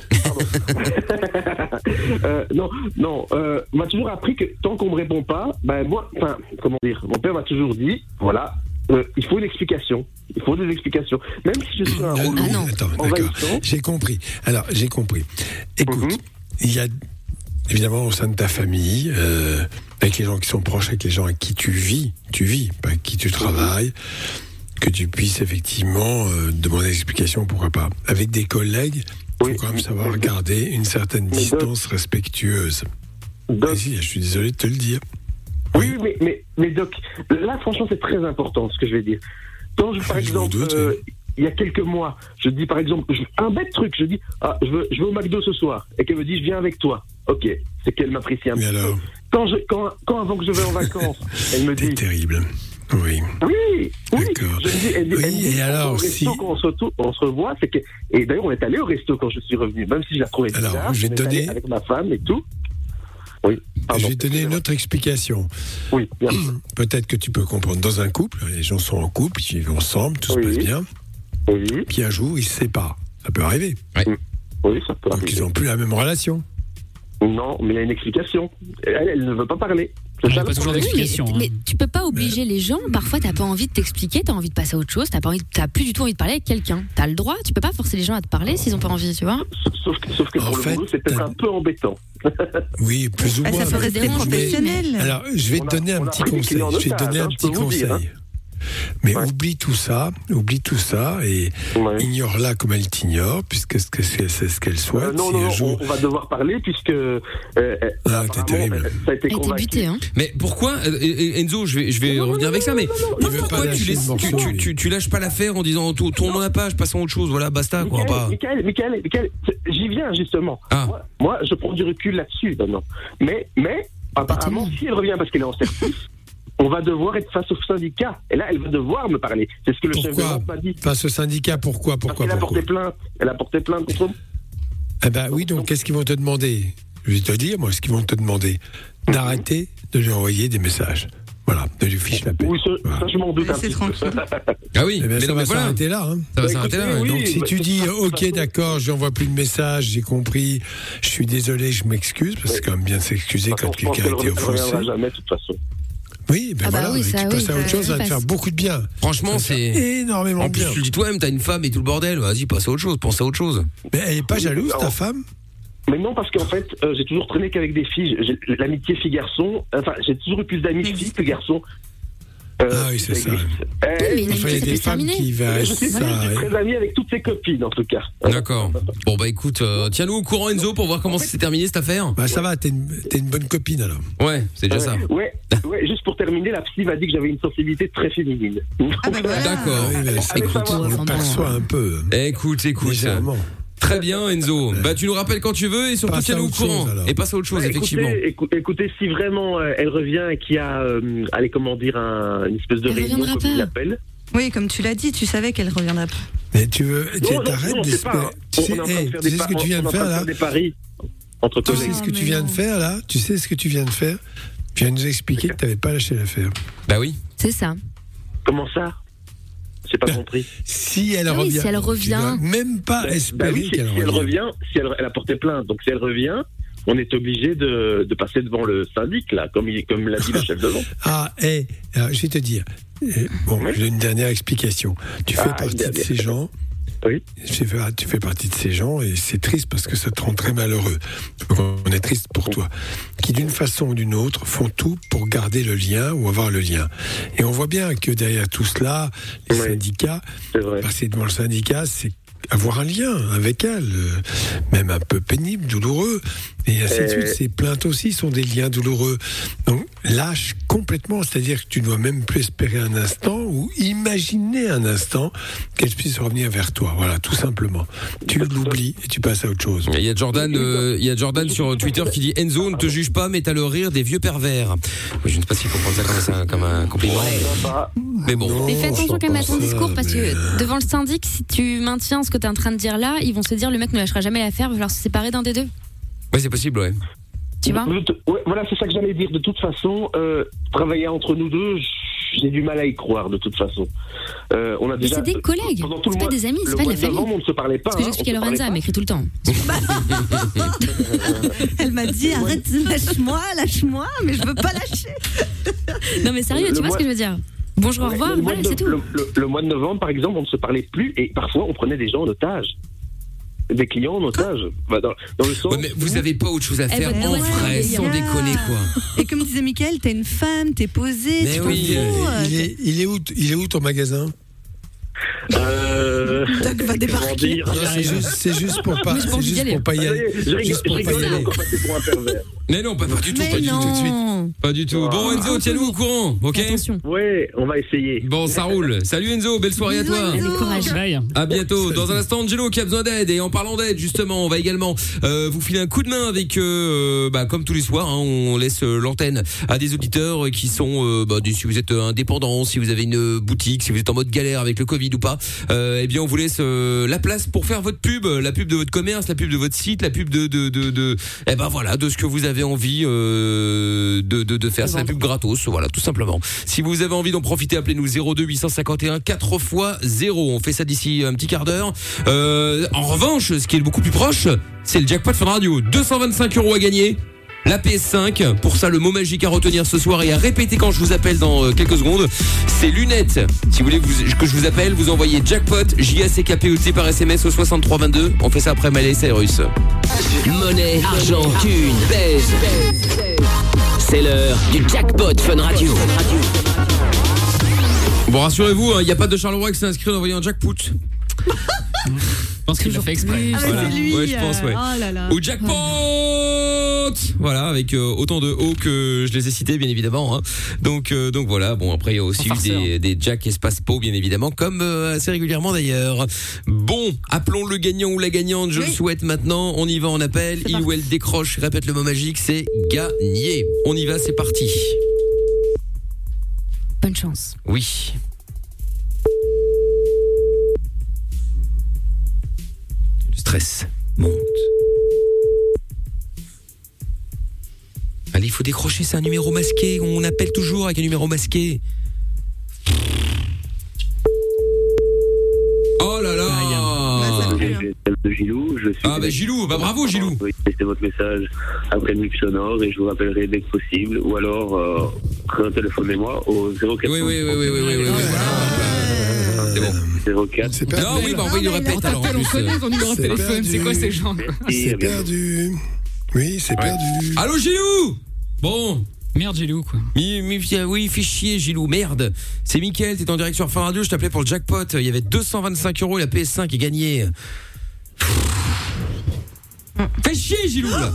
Non, on m'a toujours appris que tant qu'on me répond pas, mon père m'a toujours dit, voilà, il faut une explication. Il faut des explications. Même si je suis un relou.
Attends, d'accord. J'ai compris. Alors, j'ai compris. Écoute, il y a évidemment, au sein de ta famille, avec les gens qui sont proches, avec les gens avec qui tu vis, pas avec qui tu travailles, que tu puisses effectivement demander des explications, pourquoi pas. Avec des collègues, il faut quand même savoir garder une certaine distance respectueuse. Vas-y, je suis désolé de te le dire.
Oui, mais Doc, là, franchement, c'est très important ce que je vais dire. Quand par exemple, il y a quelques mois, je dis par exemple, un bête truc, je dis, je vais au McDo ce soir, et qu'elle me dit, je viens avec toi. Ok, c'est qu'elle m'apprécie un peu.
Alors
quand avant que je vais en vacances, elle me dit.
C'est terrible. Oui. D'accord.
Elle me dit,
et alors,
au resto, quand on se revoit, c'est que. Et d'ailleurs, on est allé au resto quand je suis revenu, même si je la trouvais bizarre.
Alors, je vais te donner.
Avec ma femme et tout. Oui. Pardon.
Je vais te donner une autre explication.
Oui, bien sûr.
Peut-être que tu peux comprendre. Dans un couple, les gens sont en couple, ils vivent ensemble, tout se passe bien.
Oui.
Puis un jour, ils se séparent. Ça peut arriver.
Oui, ça peut arriver.
Donc, ils n'ont plus la même relation.
Non, mais il y a une explication. Elle ne veut pas parler.
Il n'y a pas toujours d'explication.
Mais tu peux pas obliger les gens. Parfois, t'as pas envie de t'expliquer, t'as envie de passer à autre chose, t'as plus du tout envie de parler avec quelqu'un. T'as le droit, tu peux pas forcer les gens à te parler s'ils ont pas envie, tu vois.
Sauf que pour le boulot, c'est peut-être un peu embêtant.
Oui, plus ou moins.
Ça peut rester professionnel.
Alors, je vais te donner un petit conseil. Mais oublie tout ça et ignore-la comme elle t'ignore, puisque c'est ce qu'elle souhaite.
Non, on va devoir parler puisque
t'es terrible.
Ça a été
buté, hein.
Mais pourquoi, Enzo, je vais revenir avec ça, mais pourquoi tu lâches pas l'affaire en disant tournons la page, passons à autre chose, voilà, basta, quoi.
Michael, j'y viens justement. Moi, je prends du recul là-dessus, non. Mais apparemment, si elle revient parce qu'elle est en service, on va devoir être face au syndicat. Et là, elle va devoir me parler. C'est ce que le chef de vente m'a dit.
Face au syndicat, pourquoi
Elle a porté plainte. Elle a porté plainte contre nous.
Eh ben oui, donc qu'est-ce qu'ils vont te demander ? Je vais te dire, moi, ce qu'ils vont te demander. D'arrêter de lui envoyer des messages. Voilà, de lui fiche la paix.
Oui, ça je m'en doute un petit peu.
Ah oui,
mais ça va s'arrêter là. Hein.
Ça va s'arrêter là.
Donc si tu dis, ok, d'accord, je n'envoie plus de messages, j'ai compris, je suis désolé, je m'excuse, parce que c'est quand même bien de s'excuser quand quelqu'un a été offensé.
Jamais, de toute façon.
Oui, ben voilà, tu passes à autre chose, ça va te faire beaucoup de bien.
Franchement, c'est
énormément bien.
En plus, tu le dis toi-même, t'as une femme et tout le bordel, vas-y, passe à autre chose, pense à autre chose.
Mais elle est pas jalouse, ta femme ?
Mais non, parce qu'en fait, j'ai toujours traîné qu'avec des filles. L'amitié fille-garçon, enfin, j'ai toujours eu plus d'amis filles que garçons.
Oui, c'est ça.
Mais
il y a des femmes qui va.
Je suis très ami avec toutes ses copines, en tout cas.
D'accord. Bon, bah écoute, tiens-nous au courant, Enzo, pour voir comment s'est terminé cette affaire.
Bah ça va, t'es une bonne copine alors.
Ouais, c'est déjà ça.
Ouais, juste pour terminer, la psy m'a dit que j'avais une sensibilité très féminine.
D'accord.
Écoute, on le perçoit un peu.
Écoute. Légèrement. Très bien, Enzo. Bah, tu nous rappelles quand tu veux et surtout tiens-nous au courant. Et passe à autre chose, effectivement.
Écoutez, si vraiment elle revient et qu'il y a, une espèce de réunion, comme il l'appelle.
Oui, comme tu l'as dit, tu savais qu'elle reviendrait pas.
Mais tu t'arrêtes d'espérer. Tu sais ce que tu viens de faire là ? Tu sais ce que tu viens de faire là ? Tu sais ce que tu viens de faire ? Tu viens de nous expliquer que tu n'avais pas lâché l'affaire.
Bah oui.
C'est ça.
Comment ça ? J'ai pas compris.
Si elle revient.
Si elle revient.
Même pas espérer qu'elle
revienne. Si elle revient, elle a porté plainte. Donc si elle revient, on est obligé de passer devant le syndic, là, comme l'a dit le chef de vente.
Je vais te dire. J'ai une dernière explication. Tu fais partie de ces gens.
Oui.
Tu fais partie de ces gens et c'est triste parce que ça te rend très malheureux. On est triste pour toi. Qui d'une façon ou d'une autre font tout pour garder le lien ou avoir le lien. Et on voit bien que derrière tout cela, les syndicats, passer devant le syndicat, c'est avoir un lien avec elle, même un peu pénible, douloureux, et ainsi de suite. Ces plaintes aussi sont des liens douloureux. Donc lâche complètement, c'est-à-dire que tu ne dois même plus espérer un instant ou imaginer un instant qu'elle puisse revenir vers toi. Voilà, tout simplement. Tu l'oublies et tu passes à autre chose.
Il y a Jordan sur Twitter qui dit Enzo, ne te juge pas, mais t'as le rire des vieux pervers. Je ne sais pas s'il faut prendre ça comme un compliment. Mais bon.
Mais fais attention quand même à ton discours parce que devant le syndic, si tu maintiens ce que tu es en train de dire là, ils vont se dire le mec ne lâchera jamais l'affaire, il va falloir se séparer d'un des deux.
Ouais, c'est possible, ouais.
Tu vois ?
Voilà, c'est ça que j'allais dire. De toute façon, travailler entre nous deux, j'ai du mal à y croire, de toute façon. On a déjà.
C'est des collègues, c'est pas des amis, c'est pas de la famille.
On ne se parlait pas.
Ce que j'expliquais à Lorenza, elle m'écrit tout le temps.
Elle m'a dit arrête, lâche-moi, mais je veux pas lâcher.
Non mais sérieux, tu vois ce que je veux dire ? Bonjour, au revoir, voilà, c'est tout.
Le mois de novembre, par exemple, on ne se parlait plus et parfois on prenait des gens en otage. des clients en otage. Bah, dans le sens.
Ouais, mais vous avez pas autre chose à faire en vrai, sans déconner quoi.
Et comme disait Mickaël, t'es une femme, t'es posée,
mais
tu
oui,
il est où ton magasin?
Doc va débarquer.
C'est juste pour pas y aller.
Mais non, pas du tout, pas du tout tout de suite. Pas du tout. Bon Enzo, tiens-nous au courant, ok?
Attention. Ouais, on va essayer.
Bon, ça roule. Salut Enzo, belle soirée à toi. À bientôt. Dans un instant, Angelo qui a besoin d'aide. Et en parlant d'aide, justement, on va également vous filer un coup de main avec, comme tous les soirs, hein, on laisse l'antenne à des auditeurs qui sont, si vous êtes indépendant, si vous avez une boutique, si vous êtes en mode galère avec le Covid ou pas, eh bien on vous laisse la place pour faire votre pub, la pub de votre commerce, la pub de votre site, la pub de ce que vous avez envie de faire, c'est la pub gratos, voilà, tout simplement. Si vous avez envie d'en profiter, appelez-nous 02 851 4x0. On fait ça d'ici un petit quart d'heure. En revanche, ce qui est beaucoup plus proche, c'est le jackpot Fun Radio, 225 € à gagner. La PS5, pour ça le mot magique à retenir ce soir et à répéter quand je vous appelle dans quelques secondes, c'est lunettes. Si vous voulez que je vous appelle, vous envoyez jackpot JACKPOT par SMS au 6322. On fait ça après Miley Cyrus.
Monnaie, argent, thune, baise. C'est l'heure du jackpot Fun Radio.
Bon, rassurez-vous, il n'y a pas de Charleroi qui s'est inscrit en envoyant un jackpot.
Je pense qu'il l'a fait exprès.
Voilà.
Lui,
ouais, je pense, ouais.
Oh là là.
Au jackpot. Voilà, avec autant de hauts que je les ai cités, bien évidemment. Hein. Donc voilà. Bon, après il y a aussi eu des Jack espace pot, bien évidemment, comme assez régulièrement d'ailleurs. Bon, appelons le gagnant ou la gagnante. Je le souhaite maintenant. On y va, on appelle. Il ou elle décroche. Répète le mot magique, c'est gagné. On y va, c'est parti.
Bonne chance.
Oui. Le stress monte. Allez, il faut décrocher, c'est un numéro masqué. On appelle toujours avec un numéro masqué. Oh là là.
De Gilou,
Gilou, bravo Gilou.
Laissez votre message après le mix sonore et je vous rappellerai dès que possible. Ou alors, téléphonez-moi au 04.
Oui. C'est bon.
04.
Non, oui, on le répète alors.
On connaît ton numéro de téléphone, c'est quoi ces gens?
C'est perdu. Oui, c'est perdu.
Allô Gilou. Bon.
Merde Gilou quoi.
Oui, fais chier Gilou, merde. C'est Mickaël, t'es en direct sur Fun Radio, je t'appelais pour le jackpot. Il y avait 225 € et la PS5 est gagnée. Fais chier Gilou là.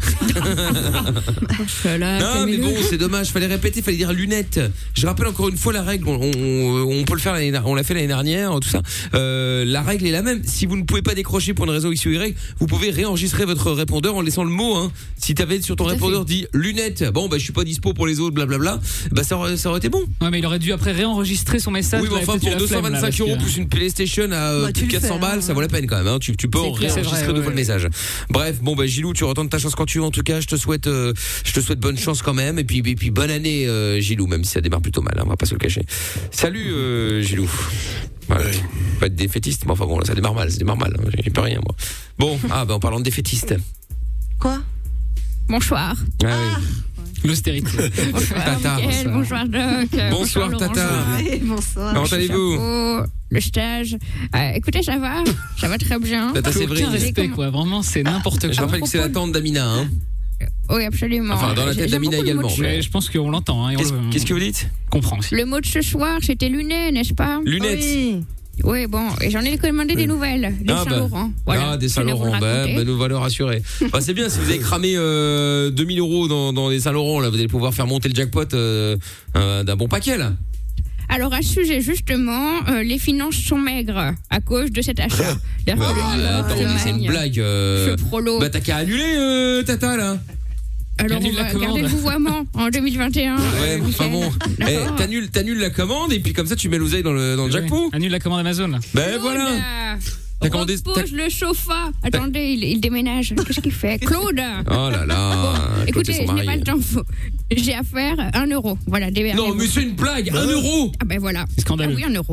Non mais bon, c'est dommage, fallait répéter, fallait dire lunettes. Je rappelle encore une fois la règle, on peut le faire on l'a fait l'année dernière, tout ça. La règle est la même. Si vous ne pouvez pas décrocher pour une raison X ou Y, vous pouvez réenregistrer votre répondeur en laissant le mot hein. Si t'avais sur ton répondeur dit lunettes, bon je suis pas dispo pour les autres, blablabla, ça aurait été bon.
Ouais mais il aurait dû après réenregistrer son message.
Oui, mais enfin pour 225 € plus une PlayStation à plus de 400 balles, ça vaut la peine quand même hein. Tu peux réenregistrer deux fois le message. Bref, bon Gilou, tu retentes ta chance quand tu veux. En tout cas, je te souhaite bonne chance quand même. Et puis bonne année, Gilou, même si ça démarre plutôt mal. Hein, on va pas se le cacher. Salut, Gilou. Voilà, pas être défaitiste, mais enfin bon, là, ça démarre mal. J'ai pas rien moi. Bon, en parlant de défaitiste.
Quoi?
Bonsoir.
Ah oui.
L'austérité.
Bonsoir
Tata.
Mickaël, bonsoir Doc.
Bonsoir Tata.
Bonsoir.
Comment allez-vous?
Le stage. Écoutez, ça va très bien.
Tata, c'est vrai.
Aucun respect quoi, vraiment c'est n'importe quoi.
Je rappelle que c'est la tante d'Amina hein.
Oui, absolument.
Enfin, dans la tête d'Amina également.
Mais je pense qu'on l'entend. Hein,
Qu'est-ce que vous dites?
Comprends aussi.
Le mot de ce soir, c'était lunettes, n'est-ce pas?
Lunettes.
Oui, bon, et j'en ai commandé des nouvelles, des Saint-Laurent. Voilà,
des Saint-Laurent, nous va le rassurer. C'est bien, si vous avez cramé 2000 € dans les Saint-Laurent, là, vous allez pouvoir faire monter le jackpot d'un bon paquet, là.
Alors, à ce sujet, justement, les finances sont maigres à cause de cet achat.
Attends, c'est une blague. T'as qu'à annuler, Tata, là.
Alors on va garder le vouvoiement en 2021.
Ouais, enfin bon. T'annules la commande et puis comme ça tu mets l'oseille dans le jackpot.
Annule la commande Amazon.
Ben voilà.
Repose le chauffard. Attendez, il déménage. Qu'est-ce qu'il fait, Claude?
Oh là là.
Bon, écoutez, je n'ai pas le temps. J'ai affaire 1 €. Voilà, démerdez-vous.
Non, mais c'est une blague. 1 €.
Ah ben voilà.
C'est scandaleux.
Ah oui, 1 €.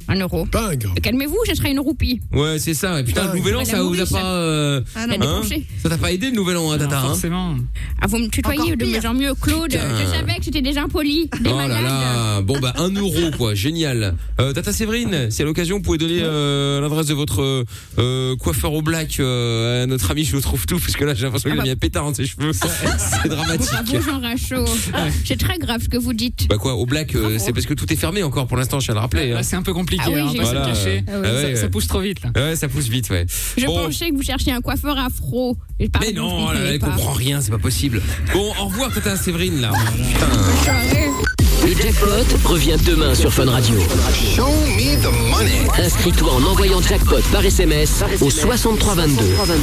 1 euro.
Pas un gramme.
Calmez-vous, j'achèterai une roupie.
Ouais, c'est ça. Et putain, le nouvel an, ça vous a pas... ça t'a pas aidé le nouvel an, Tata?
Forcément.
Ah, vous me tutoyez de mieux en mieux, Claude. Je savais que j'étais déjà impoli.
Oh là là. Bon, 1 euro, quoi. Génial. Tata Séverine, si à l'occasion, vous pouvez donner l'adresse de votre coiffeur au black à notre ami, je le trouve tout, parce que là, j'ai l'impression qu'il a mis un pétard dans ses cheveux. C'est dramatique.
Bravo, Jean Rachaud. C'est très grave ce que vous dites.
Bah quoi, au black, c'est parce que tout est fermé encore pour l'instant, je tiens à le rappeler.
C'est un peu compliqué,
voilà.
Ça pousse trop vite, là.
Ouais, ça pousse vite, ouais.
Je pensais que vous cherchiez un coiffeur afro.
Mais non, elle comprend rien, c'est pas possible. Bon, au revoir, Tata Séverine, là.
Le jackpot revient demain sur Fun Radio.
Show me the money.
Inscris-toi en envoyant jackpot par SMS au 6322.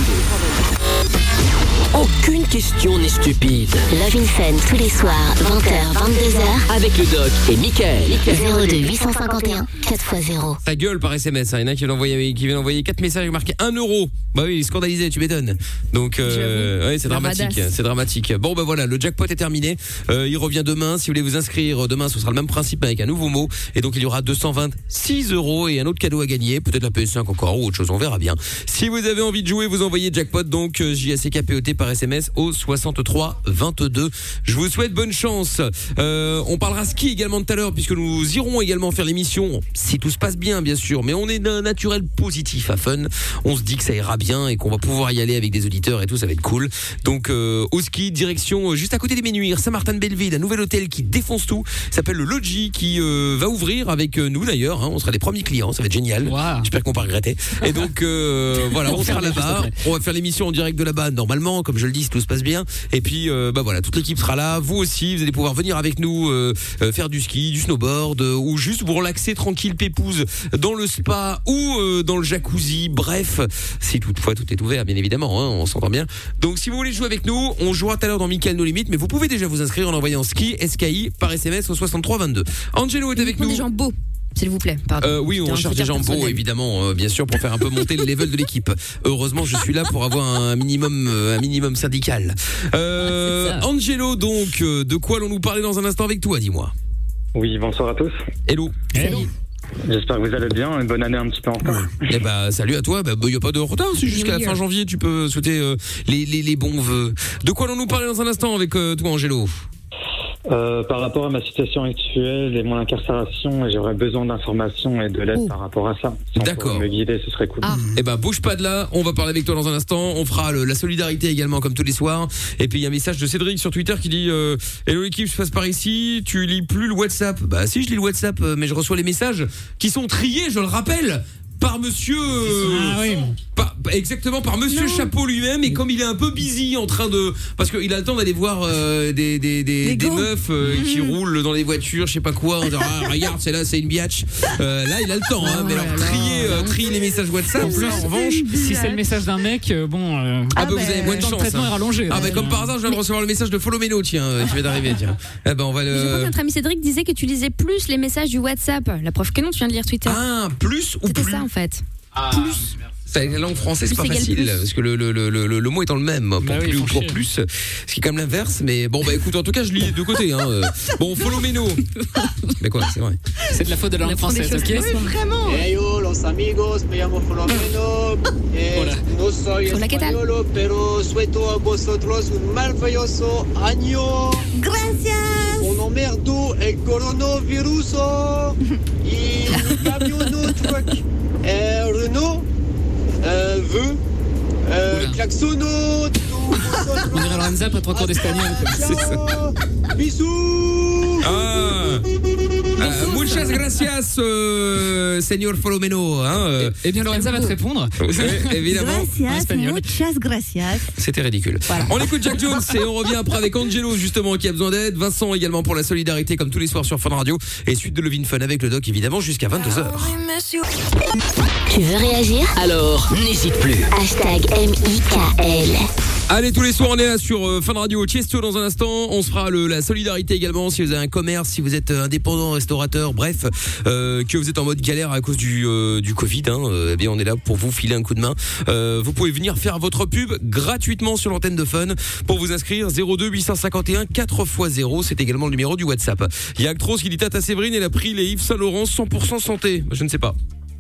Aucune question n'est stupide.
Love in Fun tous les soirs, 20h, 22h.
Avec le Doc et Mickaël.
02 851 4x0.
Ta gueule par SMS, hein. Il y en a qui viennent envoyer 4 messages marqués 1 euro. Bah oui, scandalisé, tu m'étonnes. Donc, ouais, c'est dramatique. C'est dramatique. Bon, voilà, le jackpot est terminé. Il revient demain. Si vous voulez vous inscrire, demain, ce sera le même principe avec un nouveau mot. Et donc, il y aura 226 euros et un autre cadeau à gagner. Peut-être la PS5 encore ou autre chose, on verra bien. Si vous avez envie de jouer, vous envoyez jackpot, donc JACKPOT par SMS au 63 22. Je vous souhaite bonne chance. On parlera ski également tout à l'heure, puisque nous irons également faire l'émission, si tout se passe bien, bien sûr. Mais on est d'un naturel positif à Fun. On se dit que ça ira bien et qu'on va pouvoir y aller avec des auditeurs et tout, ça va être cool. Donc au ski, direction juste à côté des Ménuires, Saint-Martin-de-Belleville, un nouvel hôtel qui défonce tout, s'appelle le Lodgy, qui va ouvrir avec nous d'ailleurs, hein. On sera les premiers clients, ça va être génial. Wow. J'espère qu'on va pas regretter. Et donc voilà, on sera là-bas, on va faire l'émission en direct de là-bas normalement, comme je le dis, si tout se passe bien. Et puis voilà, toute l'équipe sera là, vous aussi, vous allez pouvoir venir avec nous faire du ski, du snowboard ou juste vous relaxer tranquille pépouze dans le spa ou dans le jacuzzi. Bref, si toutefois tout est ouvert, bien évidemment, hein, on s'entend bien. Donc si vous voulez jouer avec nous, on jouera tout à l'heure dans Mickaël No Limites, mais vous pouvez déjà vous inscrire en envoyant ski SKI par SMS au 63 22. Angelo est avec nous.
Des gens beaux, s'il vous plaît. Pardon.
Oui, on cherche des gens beaux, évidemment, bien sûr, pour faire un peu monter le level de l'équipe. Heureusement, je suis là pour avoir un minimum syndical. Angelo, donc, de quoi allons-nous parler dans un instant avec toi, dis-moi.
Oui, bonsoir à tous.
Hello.
Salut.
J'espère que vous allez bien, une bonne année un petit peu encore.
Eh bah, salut à toi. Il n'y a pas de retard, c'est jusqu'à la fin janvier, tu peux souhaiter les bons vœux. De quoi allons-nous parler dans un instant avec toi, Angelo?
Par rapport à ma situation actuelle et mon incarcération, j'aurais besoin d'informations et de l'aide par rapport à ça. Si
D'accord.
On peut me guider, ce serait cool.
Eh ben, bouge pas de là, on va parler avec toi dans un instant. On fera la solidarité également, comme tous les soirs. Et puis il y a un message de Cédric sur Twitter qui dit hello l'équipe, je passe par ici. Tu lis plus le WhatsApp? Bah si, je lis le WhatsApp, mais je reçois les messages qui sont triés, je le rappelle, par monsieur exactement, par monsieur Chapeau lui-même. Et comme il est un peu busy en train de, parce qu'il a le temps d'aller voir des meufs qui roulent dans les voitures, je sais pas quoi, en disant regarde, c'est là, c'est une biatch. Là il a le temps, mais alors trier les messages WhatsApp, en plus, en revanche,
si c'est le message d'un mec, bon
vous avez moins de chance.
Le traitement est rallongé.
Comme par hasard, je viens de recevoir le message de Folomeno, tiens, qui vient d'arriver, tiens. On va
Je crois que notre ami Cédric disait que tu lisais plus les messages du WhatsApp. La preuve que non, tu viens de lire Twitter.
Plus ou plus?
C'était ça en fait.
Plus. La langue française, c'est pas facile, parce que le mot étant le même, pour plus ou pour plus, ce qui est quand même l'inverse, mais bon, écoute, en tout cas, je lis de côté, hein. Bon, Folomeno. Mais quoi, c'est vrai.
C'est de la faute de la langue française, ok?
Oui, vraiment.
Hey yo, los amigos, me llamo Folomeno. No soy español, pero suelto a vosotros un maravilloso año.
Gracias.
On emmerde el coronavirus. Y mi camion truck. Renault. Klaxono.
On dirait Lorenza après 3 cours d'espagnol.
C'est ça. Bisous.
Muchas gracias, señor Folomeno.
Eh bien, Lorenza va te répondre.
Évidemment.
Gracias, muchas gracias.
C'était ridicule. Voilà. On écoute Jack Jones et on revient après avec Angelo, justement, qui a besoin d'aide. Vincent également pour la solidarité, comme tous les soirs sur Fun Radio. Et suite de Love in Fun avec le Doc, évidemment, jusqu'à 22h.
Tu veux réagir?
Alors, n'hésite plus.
#MIKL.
Allez, tous les soirs, on est là sur Fun Radio. Tiesto dans un instant. On se fera la solidarité également si vous avez un commerce, si vous êtes indépendant, restaurateur, bref, que vous êtes en mode galère à cause du Covid. Eh bien, on est là pour vous filer un coup de main. Vous pouvez venir faire votre pub gratuitement sur l'antenne de Fun. Pour vous inscrire, 02 851 4x0. C'est également le numéro du WhatsApp. Il y a Actros qui dit Tata Séverine, elle a pris les Yves Saint Laurent 100% santé. Je ne sais pas.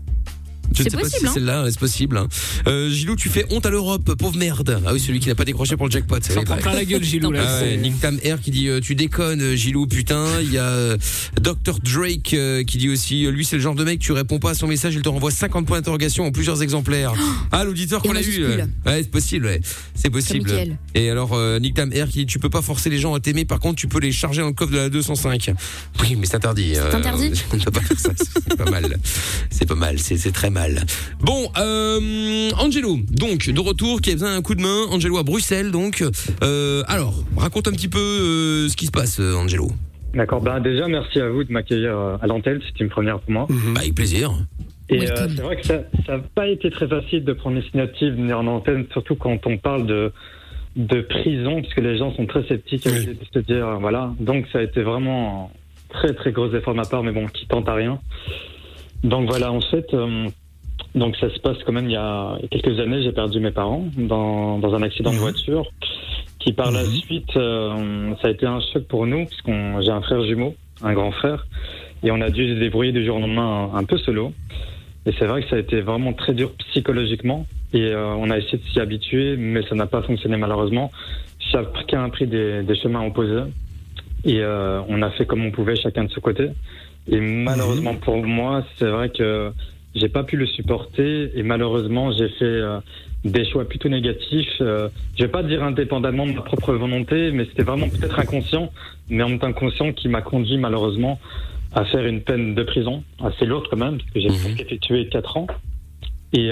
Je ne sais pas si c'est celle-là, c'est possible. Gilou, tu fais honte à l'Europe, pauvre merde. Ah oui, celui qui n'a pas décroché pour le jackpot.
Ça prend plein la gueule, Gilou. Là,
Nick Tam R qui dit tu déconnes, Gilou, putain. Il y a Dr Drake qui dit aussi lui c'est le genre de mec, tu réponds pas à son message, il te renvoie 50 points d'interrogation en plusieurs exemplaires. Ah, l'auditeur qu'on a eu. Ouais, c'est possible, ouais. C'est possible. Et alors Nick Tam R qui dit tu peux pas forcer les gens à t'aimer, par contre tu peux les charger dans le coffre de la 205. Oui, mais c'est interdit.
C'est interdit.
On ne peut pas faire ça. C'est pas mal. C'est pas mal. C'est très mal. Bon, Angelo, donc de retour, qui a besoin d'un coup de main. Angelo à Bruxelles, donc. Alors, raconte un petit peu ce qui se passe, Angelo.
D'accord. Déjà, merci à vous de m'accueillir à l'antenne. C'était une première pour moi.
Avec plaisir.
Et c'est vrai que ça n'a pas été très facile de prendre l'initiative de venir en antenne, surtout quand on parle de prison, puisque les gens sont très sceptiques à l'idée de se dire voilà. Donc ça a été vraiment un très très gros effort de ma part, mais bon, qui tente à rien. Donc voilà, en fait. Donc ça se passe quand même il y a quelques années, j'ai perdu mes parents dans un accident de voiture qui par la suite, ça a été un choc pour nous parce j'ai un frère jumeau, un grand frère, et on a dû se débrouiller du jour au lendemain un peu solo. Et c'est vrai que ça a été vraiment très dur psychologiquement et on a essayé de s'y habituer, mais ça n'a pas fonctionné malheureusement. Chacun a pris des chemins opposés et on a fait comme on pouvait chacun de son côté. Et malheureusement pour moi, c'est vrai que j'ai pas pu le supporter et malheureusement j'ai fait des choix plutôt négatifs. Je vais pas dire indépendamment de ma propre volonté, mais c'était vraiment peut-être inconscient, mais en même temps conscient qui m'a conduit malheureusement à faire une peine de prison assez lourde quand même, parce que j'ai effectué 4 ans. Et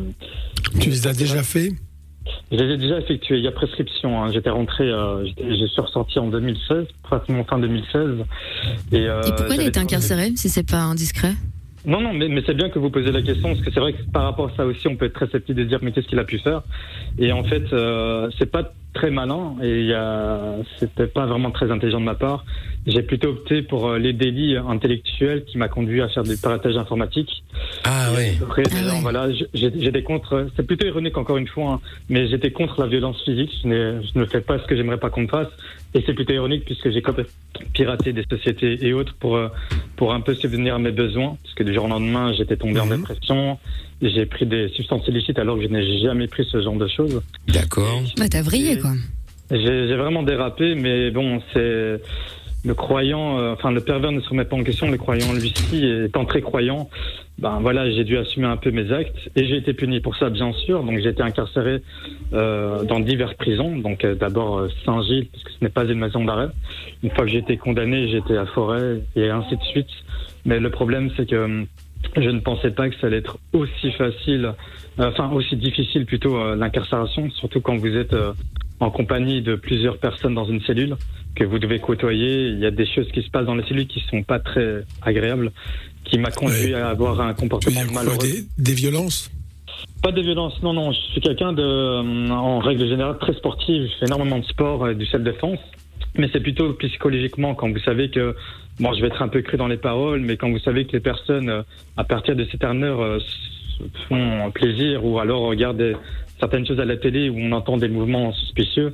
tu les as déjà fait?
Je les ai déjà effectués, il y a prescription. J'étais rentré, je suis ressorti en 2016, pratiquement fin 2016. Et
pourquoi il a été incarcéré, si c'est pas indiscret?
Non, mais c'est bien que vous posez la question, parce que c'est vrai que par rapport à ça aussi, on peut être très sceptique de dire mais qu'est-ce qu'il a pu faire. Et en fait, c'est pas très malin et c'était pas vraiment très intelligent de ma part. J'ai plutôt opté pour les délits intellectuels qui m'a conduit à faire du piratage informatique.
Ah ouais.
Après, voilà, j'étais contre. C'est plutôt ironique encore une fois, mais j'étais contre la violence physique. Je ne fais pas ce que j'aimerais pas qu'on me fasse. Et c'est plutôt ironique puisque j'ai complètement piraté des sociétés et autres pour un peu subvenir à mes besoins. Parce que du jour au lendemain, j'étais tombé en dépression. J'ai pris des substances illicites alors que je n'ai jamais pris ce genre de choses.
D'accord.
Bah t'as vrillé quoi.
J'ai vraiment dérapé, mais bon, c'est le croyant, le pervers ne se remet pas en question. Le croyant, lui-ci, étant très croyant, voilà, j'ai dû assumer un peu mes actes et j'ai été puni pour ça, bien sûr. Donc j'ai été incarcéré dans diverses prisons. Donc d'abord Saint-Gilles, parce que ce n'est pas une maison d'arrêt. Une fois que j'ai été condamné, j'étais à Forêt et ainsi de suite. Mais le problème, c'est que je ne pensais pas que ça allait être aussi facile, aussi difficile plutôt l'incarcération, surtout quand vous êtes en compagnie de plusieurs personnes dans une cellule que vous devez côtoyer. Il y a des choses qui se passent dans la cellule qui sont pas très agréables, qui m'a conduit à avoir un comportement malheureux.
Des violences?
Pas des violences, non. Je suis quelqu'un en règle générale, très sportif. Je fais énormément de sport, du self-défense. Mais c'est plutôt psychologiquement quand vous savez que, je vais être un peu cru dans les paroles, mais quand vous savez que les personnes, à partir de cette heure, font plaisir ou alors regardent certaines choses à la télé où on entend des mouvements suspicieux.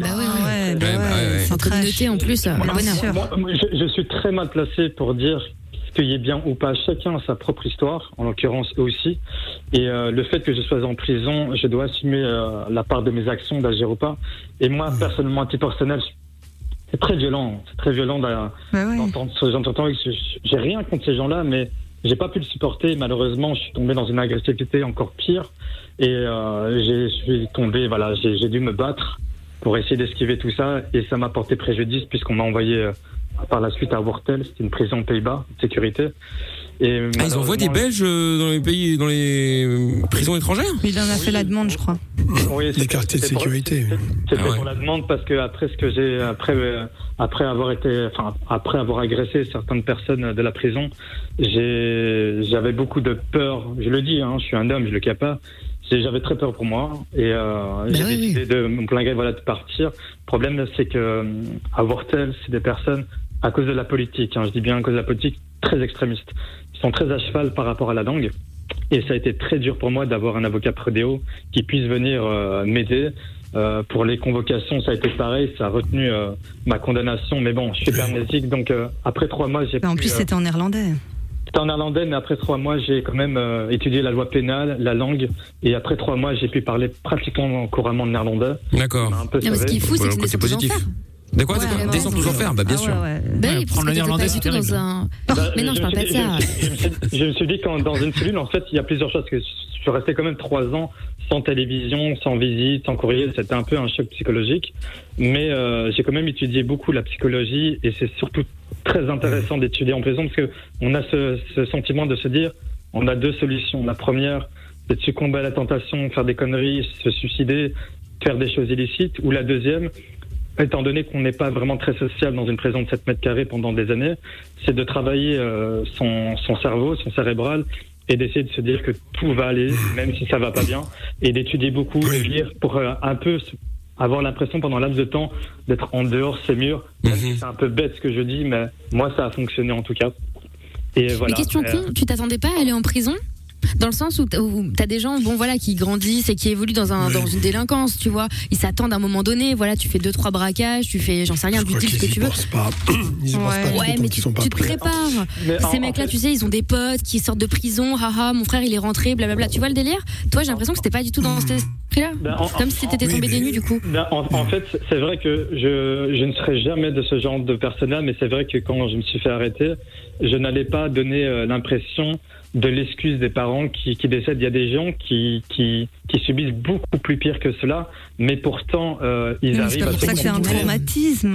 C'est en communauté en plus.
Je suis très mal placé pour dire ce qu'il y est bien ou pas. Chacun a sa propre histoire, en l'occurrence eux aussi. Et le fait que je sois en prison, je dois assumer la part de mes actions, d'agir ou pas. Et moi, personnellement, à titre personnel, c'est très violent. C'est très violent d'entendre ce genre de temps. J'ai rien contre ces gens-là, mais j'ai pas pu le supporter. Malheureusement, je suis tombé dans une agressivité encore pire. Et je suis tombé, j'ai dû me battre pour essayer d'esquiver tout ça. Et ça m'a porté préjudice puisqu'on m'a envoyé par la suite à Wortel. C'était une prison aux Pays-Bas, de sécurité.
Et ils envoient des Belges dans les prisons étrangères?
Il en a fait la demande, je crois.
Oui,
les quartiers de sécurité.
C'était pour la demande parce que après avoir agressé certaines personnes de la prison, j'avais beaucoup de peur. Je le dis, je suis un homme, je le cache pas. J'avais très peur pour moi et j'ai décidé de me plein gré, de partir. Le problème, c'est que à Wortel, c'est des personnes à cause de la politique. Je dis bien à cause de la politique, très extrémistes. Ils sont très à cheval par rapport à la langue. Et ça a été très dur pour moi d'avoir un avocat prodéo qui puisse venir m'aider. Pour les convocations, ça a été pareil, ça a retenu ma condamnation. Mais bon, je suis amnésique, donc après 3 mois, j'ai...
En plus, c'était en néerlandais.
C'était en néerlandais, mais après 3 mois, j'ai quand même étudié la loi pénale, la langue. Et après 3 mois, j'ai pu parler pratiquement couramment de néerlandais.
D'accord.
Ce qui est fou, c'est que c'est positif.
De quoi descendre aux enfers, bien sûr.
Prendre le néerlandais, c'est terrible.
Mais non, je parle pas de ça.
Je me suis dit que dans une cellule, en fait, il y a plusieurs choses. Que je suis resté quand même 3 ans sans télévision, sans visite, sans courrier. C'était un peu un choc psychologique. Mais j'ai quand même étudié beaucoup la psychologie et c'est surtout très intéressant d'étudier en prison parce que on a ce sentiment de se dire, on a 2 solutions. La première, c'est de succomber à la tentation, faire des conneries, se suicider, faire des choses illicites. Ou la deuxième, étant donné qu'on n'est pas vraiment très social dans une prison de 7 mètres carrés pendant des années, c'est de travailler son cerveau, son cérébral, et d'essayer de se dire que tout va aller, même si ça va pas bien, et d'étudier beaucoup, de lire, pour un peu avoir l'impression pendant un laps de temps d'être en dehors ces murs. C'est un peu bête ce que je dis, mais moi ça a fonctionné en tout cas. Et voilà.
Mais question con, tu t'attendais pas à aller en prison ? Dans le sens où t'as des gens, qui grandissent et qui évoluent dans une délinquance, tu vois. Ils s'attendent à un moment donné, tu fais 2-3 braquages, tu fais, j'en sais rien, du deal, ce que tu veux.
Ils pensent pas.
Mais tu te prépares. Ces mecs-là, tu sais, ils ont des potes qui sortent de prison, haha, mon frère il est rentré, blablabla. Tu vois le délire ? Toi, j'ai l'impression que c'était pas du tout dans cet esprit-là. Comme si t'étais tombé des nues, du coup.
En fait, c'est vrai que je ne serai jamais de ce genre de personne-là, mais c'est vrai que quand je me suis fait arrêter, je n'allais pas donner l'impression de l'excuse des parents qui décèdent. Il y a des gens qui subissent beaucoup plus pire que cela, mais pourtant ils arrivent à se...
Ça fait un traumatisme.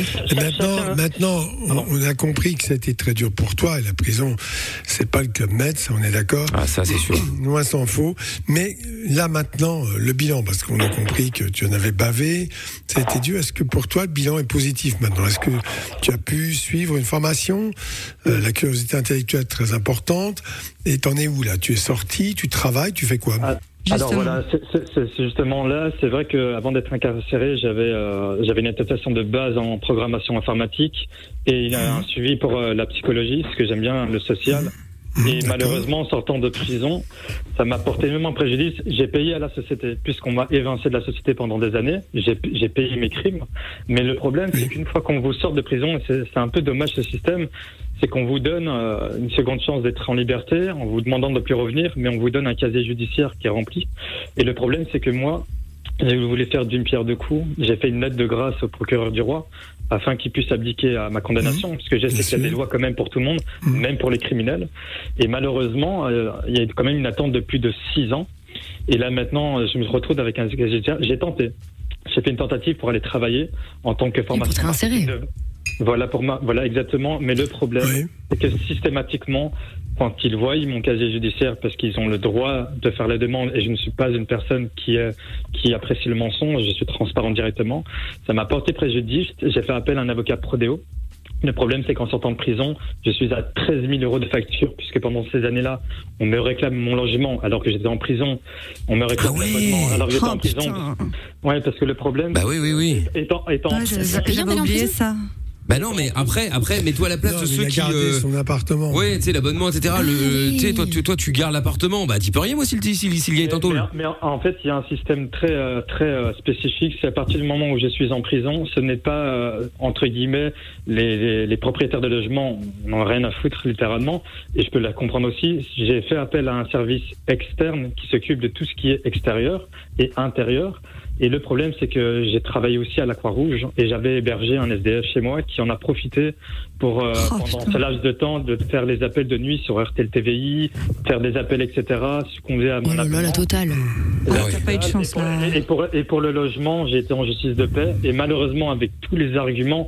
Maintenant, on a compris que c'était très dur pour toi, et la prison, c'est pas le Club Med, ça on est d'accord.
Ah, ça c'est sûr.
Loin s'en faut. Mais là maintenant, le bilan, parce qu'on a compris que tu en avais bavé, ça a été dur. Est-ce que pour toi le bilan est positif maintenant ? Est-ce que tu as pu suivre une formation ? La curiosité intellectuelle est très importante. Et t'en es où là ? Tu es sorti, tu travailles, tu fais quoi ?
Alors voilà, c'est justement là, c'est vrai qu'avant d'être incarcéré, j'avais une attestation de base en programmation informatique et il y a un suivi pour la psychologie, ce que j'aime bien, le social. Et malheureusement, en sortant de prison, ça m'a porté même un préjudice. J'ai payé à la société, puisqu'on m'a évincé de la société pendant des années. J'ai payé mes crimes. Mais le problème, c'est qu'une fois qu'on vous sort de prison, et c'est un peu dommage ce système, c'est qu'on vous donne une seconde chance d'être en liberté, en vous demandant de ne plus revenir, mais on vous donne un casier judiciaire qui est rempli. Et le problème, c'est que moi, je voulais faire d'une pierre deux coups. J'ai fait une lettre de grâce au procureur du roi, afin qu'il puisse abdiquer à ma condamnation, parce que je sais qu'il y a des lois quand même pour tout le monde, même pour les criminels. Et malheureusement, il y a quand même une attente de plus de 6 ans. Et là maintenant, je me retrouve avec un... J'ai tenté. J'ai fait une tentative pour aller travailler en tant que formateur. Voilà exactement. Mais le problème, c'est que systématiquement, quand ils voient mon casier judiciaire, parce qu'ils ont le droit de faire la demande, et je ne suis pas une personne qui apprécie le mensonge, je suis transparent directement, ça m'a porté préjudice. J'ai fait appel à un avocat prodéo. Le problème, c'est qu'en sortant de prison, je suis à 13 000 euros de facture, puisque pendant ces années-là, on me réclame mon logement alors que j'étais en prison. On me réclame l'abonnement alors que j'étais en prison. Ouais, parce que le problème...
Bah oui.
J'avais oublié ça.
Bah non, mais après, mets-toi à la place de ceux qui
son appartement.
Ouais, tu sais, l'abonnement, etc. Tu sais, toi, tu gardes l'appartement. Bah, t'y peux rien, moi, si le gars est en tôle.
Mais en fait, il y a un système très spécifique. C'est à partir du moment où je suis en prison, ce n'est pas entre guillemets les propriétaires de logements n'ont rien à foutre littéralement. Et je peux la comprendre aussi. J'ai fait appel à un service externe qui s'occupe de tout ce qui est extérieur et intérieur. Et le problème, c'est que j'ai travaillé aussi à la Croix-Rouge et j'avais hébergé un SDF chez moi qui en a profité pour, pendant ce laps de temps, de faire les appels de nuit sur RTL TVI, faire des appels, etc., succomber à mon abonnement.
La totale.
T'as pas eu de chance, là.
Et pour le logement, j'ai été en justice de paix et malheureusement, avec tous les arguments